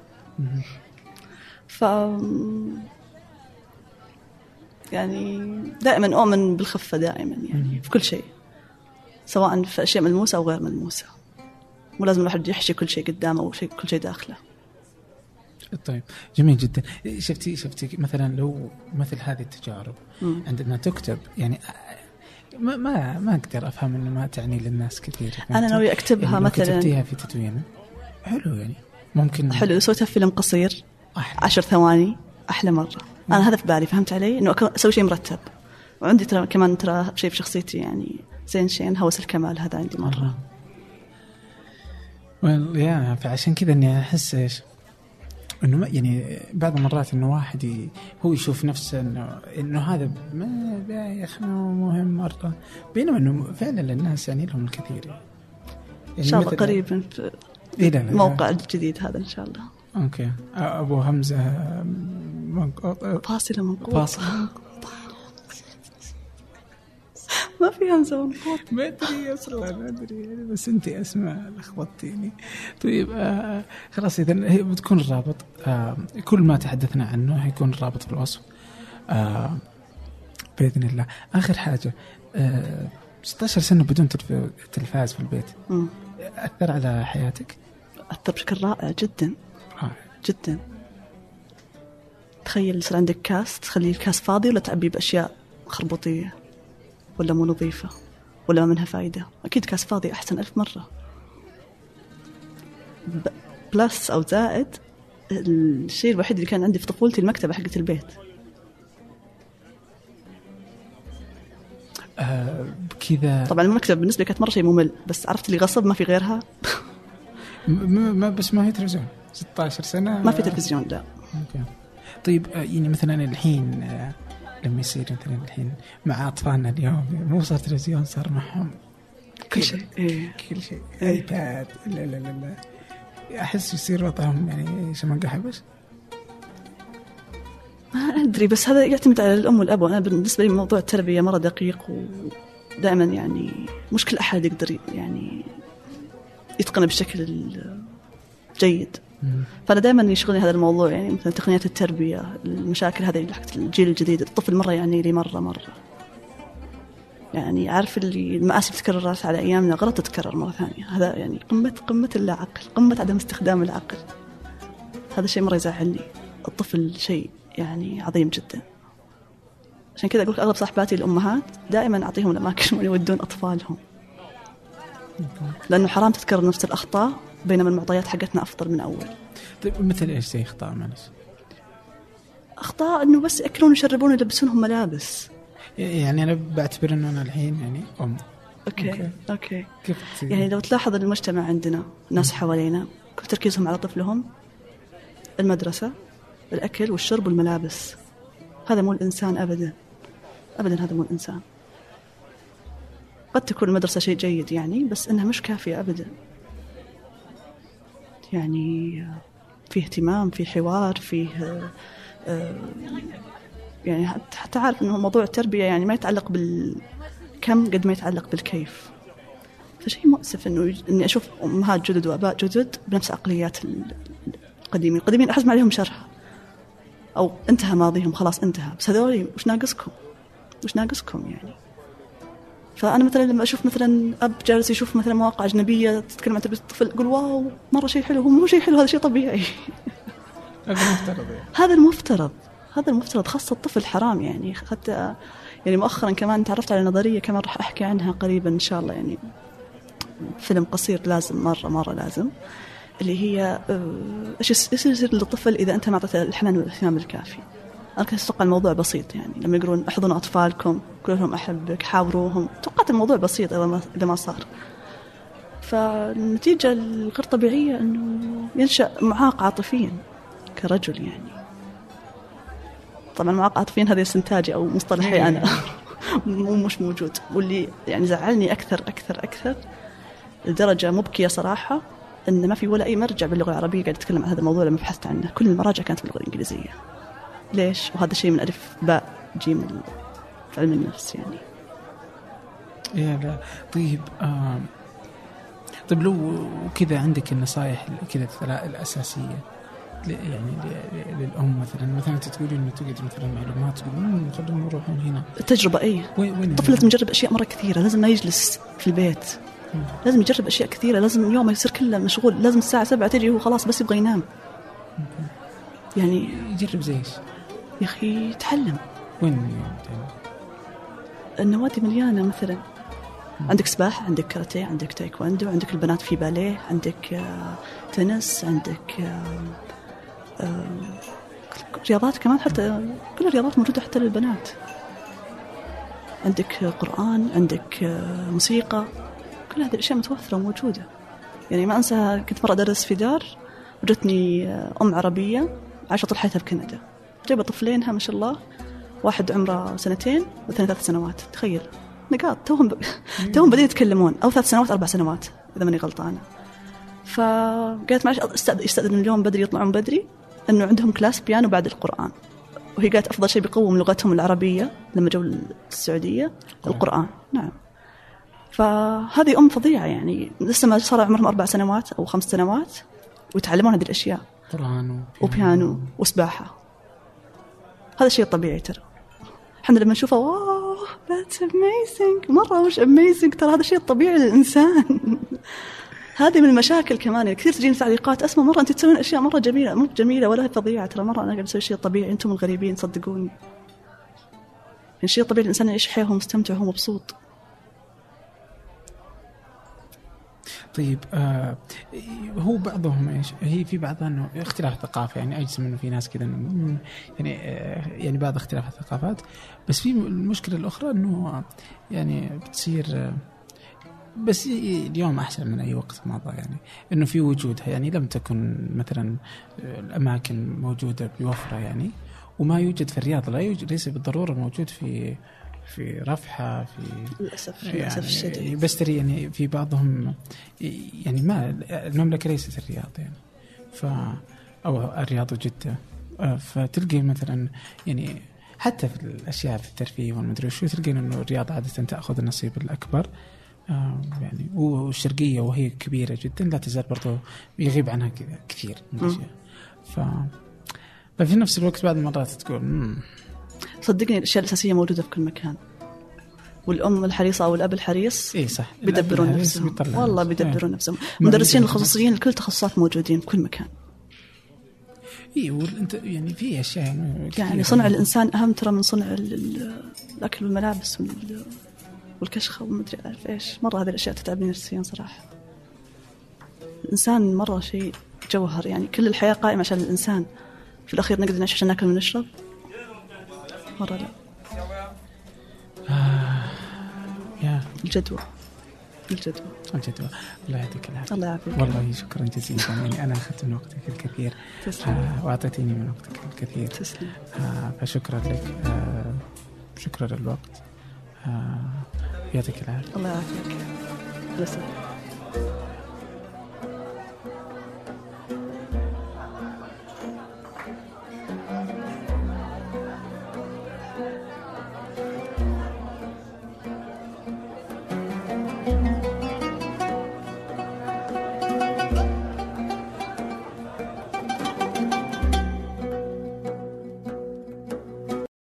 يعني دائما أؤمن بالخفة دائما يعني في كل شيء، سواء في أشياء ملموسة أو غير ملموسة. مو لازم الواحد يحشي كل شيء قدامه أو كل شيء داخله. طيب جميل جدا. شفتي مثلا لو مثل هذه التجارب عندما تكتب يعني ما أقدر أفهم إنه ما تعني للناس كثير. أنا ناوي أكتبها يعني مثلا كتبتيها في تدوين حلو يعني ممكن حلو. سويتها في فيلم قصير 10 ثواني أحلى مرة. أنا هذا في بالي، فهمت علي؟ إنه أسوي شيء مرتب. وعندي كمان شيء في شخصيتي يعني زين شين هوس الكمال، هذا عندي مرة. فعشان كذا إني أحس إيش إنه يعني بعض المرات إنه واحد هو يشوف نفسه إنه هذا ما بايخ مهم مرة، بينما إنه فعلا للناس يعني لهم الكثير. يعني إن شاء الله قريبا في موقع الجديد هذا إن شاء الله. أوكي. أبو همزة فاصلة منقوطة. ما في همزة منقوطة. ما أدري أصلا ما أدري بس أنت أسمع لخبطتيني. طيب خلاص إذا هي بتكون الرابط كل ما تحدثنا عنه هيكون الرابط في الوصف بإذن الله. آخر حاجة 16 سنة بدون تلفاز في البيت أثر على حياتك؟ أثر بشكل رائع جدا جدا. تخيل يصير عندك كاس تخلي الكاس فاضي ولا تعبيه بأشياء خربطية ولا مو نظيفة ولا منها فايدة. أكيد كاس فاضي أحسن 1000 مرة. بلس أو زائد الشيء الوحيد اللي كان عندي في طفولتي المكتبة حقت البيت. كذا. طبعا المكتب بالنسبة لي كانت مرة شيء ممل، بس عرفت اللي غصب ما في غيرها. بس ما هي تلفزيون 16 سنة ما في تلفزيون لا. أوكي. طيب يعني مثلا الحين لما يصير مثلا الحين مع أطفالنا اليوم مو صار تلفزيون، صار معهم كل شيء. كل شيء ايباد. لا أحس يصير وضعهم يعني شمن قحبش. ما أدري، بس هذا يعتمد على الأم والأب. وأنا بالنسبة لي موضوع التربية مرة دقيق، ودائما يعني مش كل أحد يقدر يعني يتقنه بشكل جيد. فأنا دائما يشغلني هذا الموضوع، يعني مثلا تقنيات التربية، المشاكل هذه حقت الجيل الجديد. الطفل مرة يعني لي مرة يعني عارف اللي المآسي تكررت على أيامنا غلط تتكرر مرة ثانية. هذا يعني قمة اللا عقل، قمة عدم استخدام العقل. هذا الشيء مرة يزعلني. الطفل شيء يعني عظيم جدا. عشان كذا أقول أغلب صاحباتي الأمهات دائما أعطيهم الأماكن وين يودون أطفالهم، لأنه حرام تتكرر نفس الأخطاء، بينما المعطيات حقتنا أفضل من أول. طيب مثل إيش زي أخطاء؟ معلش أخطاء إنه بس يأكلون ويشربون ويلبسونهم ملابس. يعني أنا بعتبر إنه أنا الحين يعني أم. أوكي. يعني لو تلاحظ المجتمع عندنا الناس حوالينا كل تركيزهم على طفلهم، المدرسة، الأكل والشرب والملابس. هذا مو الإنسان أبدا، هذا مو الإنسان. قد تكون المدرسة شيء جيد يعني، بس إنها مش كافية أبدا. يعني فيه اهتمام، فيه حوار، فيه يعني حتى عارف إنه موضوع التربية يعني ما يتعلق بالكم قد ما يتعلق بالكيف. فشيء مؤسف إني أشوف أمهات جدد وأباء جدد بنفس عقليات القديمين أحس ما عليهم شرح، أو انتهى ماضيهم خلاص انتهى، بس هذولي وش ناقصكم يعني. فأنا مثلا لما أشوف مثلا أب جالس يشوف مثلا مواقع أجنبية تتكلم عن تربية الطفل أقول واو مرة شيء حلو. هو مو شيء حلو، هذا شيء طبيعي. هذا المفترض خاصة الطفل حرام يعني. حتى يعني مؤخرا كمان تعرفت على نظرية كمان راح أحكي عنها قريبا إن شاء الله، يعني فيلم قصير لازم مرة لازم، اللي هي إيش يصير للطفل إذا أنت ما أعطيته الحنان والاهتمام الكافي. أنا كنت أتوقع الموضوع بسيط، يعني لما يقولون احضنوا أطفالكم، قولوا لهم أحبك، حاوروهم، توقعت الموضوع بسيط إذا ما صار. فالنتيجة الغير طبيعية أنه ينشأ معاق عاطفيا كرجل يعني. طبعا معاق عاطفيا هذا استنتاجي أو مصطلحي أنا مش موجود. واللي يعني زعلني أكثر لدرجة مبكية صراحة أن ما في ولا أي مرجع باللغة العربية قاعد يتكلم عن هذا الموضوع. لما بحثت عنه كل المراجع كانت باللغة الإنجليزية. ليش؟ وهذا شيء من ألف باء جيم في علم النفس يعني. لا طيب لو كذا عندك النصائح كذا الأساسية يعني للأم مثلا تقولين إنه تقعد مثلا معلومات تقولون خلينا نروحون هنا التجربة. الطفل لازم يجرب أشياء مرة كثيرة، لازم ما يجلس في البيت، لازم يجرب أشياء كثيرة، لازم يوم يصير كله مشغول، لازم الساعة 7 تجي هو خلاص بس يبغى ينام. يعني يجرب زي إيش يا أخي؟ يتعلم. وين النوادي مليانة مثلا، عندك سباحة، عندك كاراتيه، عندك تايكواندو، عندك البنات في باليه، عندك تنس، عندك رياضات كمان، حتى كل الرياضات موجودة حتى للبنات. عندك قرآن، عندك موسيقى، كل هذه الأشياء متوفرة وموجودة. يعني ما أنسى كنت مرة أدرس في دار وجدتني أم عربية عايشة طول حياتها بكندا، جايبة طفلينها ما شاء الله، واحد عمره 2 والثاني 3 سنوات. تخيل نقاط توهم بدأوا يتكلمون، أو 3 سنوات 4 سنوات إذا ماني غلطانة. فقالت معلش يستأذن اليوم بدري، يطلعون بدري، إنه عندهم كلاس بيانو بعد القرآن. وهي قالت أفضل شيء بيقوم لغتهم العربية لما جو السعودية القرآن. نعم. فهذه أم فظيعة يعني، لسه ما صار عمرهم 4 سنوات أو 5 سنوات ويتعلمون هذه الأشياء، قرآن وبيانو وسباحة. هذا شيء طبيعي ترى. احنا لما نشوفه واو that's amazing، مرة مش amazing، ترى هذا شيء طبيعي للإنسان. هذه من المشاكل كمان، يعني كثير تجين تعليقات اسمه مرة أنت تسوين أشياء مرة جميلة، مو جميلة ولا فظيعة، ترى مرة أنا قاعد أسوي شيء طبيعي، أنتم الغريبين صدقوني. يعني شيء طبيعي الإنسان يعيش حياة وهو مستمتع وهو مبسوط. طيب هو بعضهم ايش هي في بعضها انه اختلاف ثقافه، يعني اجزم انه في ناس كذا يعني بعض اختلاف الثقافات، بس في المشكله الاخرى انه يعني بتصير بس اليوم احسن من اي وقت مضى، يعني انه في وجودها، يعني لم تكن مثلا الاماكن موجوده بوفره يعني، وما يوجد في الرياض، لا يوجد ليس بالضروره موجود في رفحة، في للأسف يعني للأسف الشديد بستري، يعني في بعضهم يعني ما المملكة ليست الرياض يعني أو الرياض وجدة، فتلقي مثلا يعني حتى في الأشياء في الترفيه والمدري شو تلقي إنه الرياض عادة تأخذ النصيب الأكبر، يعني والشرقية وهي كبيرة جدا لا تزال برضو يغيب عنها كثير من الأشياء. ففي نفس الوقت بعض المرات تقول صدقني الأشياء الأساسية موجودة في كل مكان، والأم الحريصة أو الأب الحريص إيه صح بيدبرون نفسهم، والله بيدبرون نفسهم. مدرسين الخصوصيين كل تخصصات موجودين في كل مكان. إيه وأنت يعني في أشياء يعني صنع الإنسان أهم ترى من صنع الأكل والملابس والكشخة ومدري أعرف إيش. مرة هذه الأشياء تتعبني نفسيا صراحة. الإنسان مرة شيء جوهر، يعني كل الحياة قائمة عشان الإنسان، في الأخير نقدر نعيش عشان ناكل ونشرب؟ مرة لا. يا الجدوى الله يعطيك العافية. الله يعافيك. والله شكرا جزيلا، يعني أنا أخذت من وقتك الكثير وأعطيتني من وقتك الكثير. تسلم. فشكرا لك، شكرا للوقت، يعطيك العافية. الله يعافيك. بس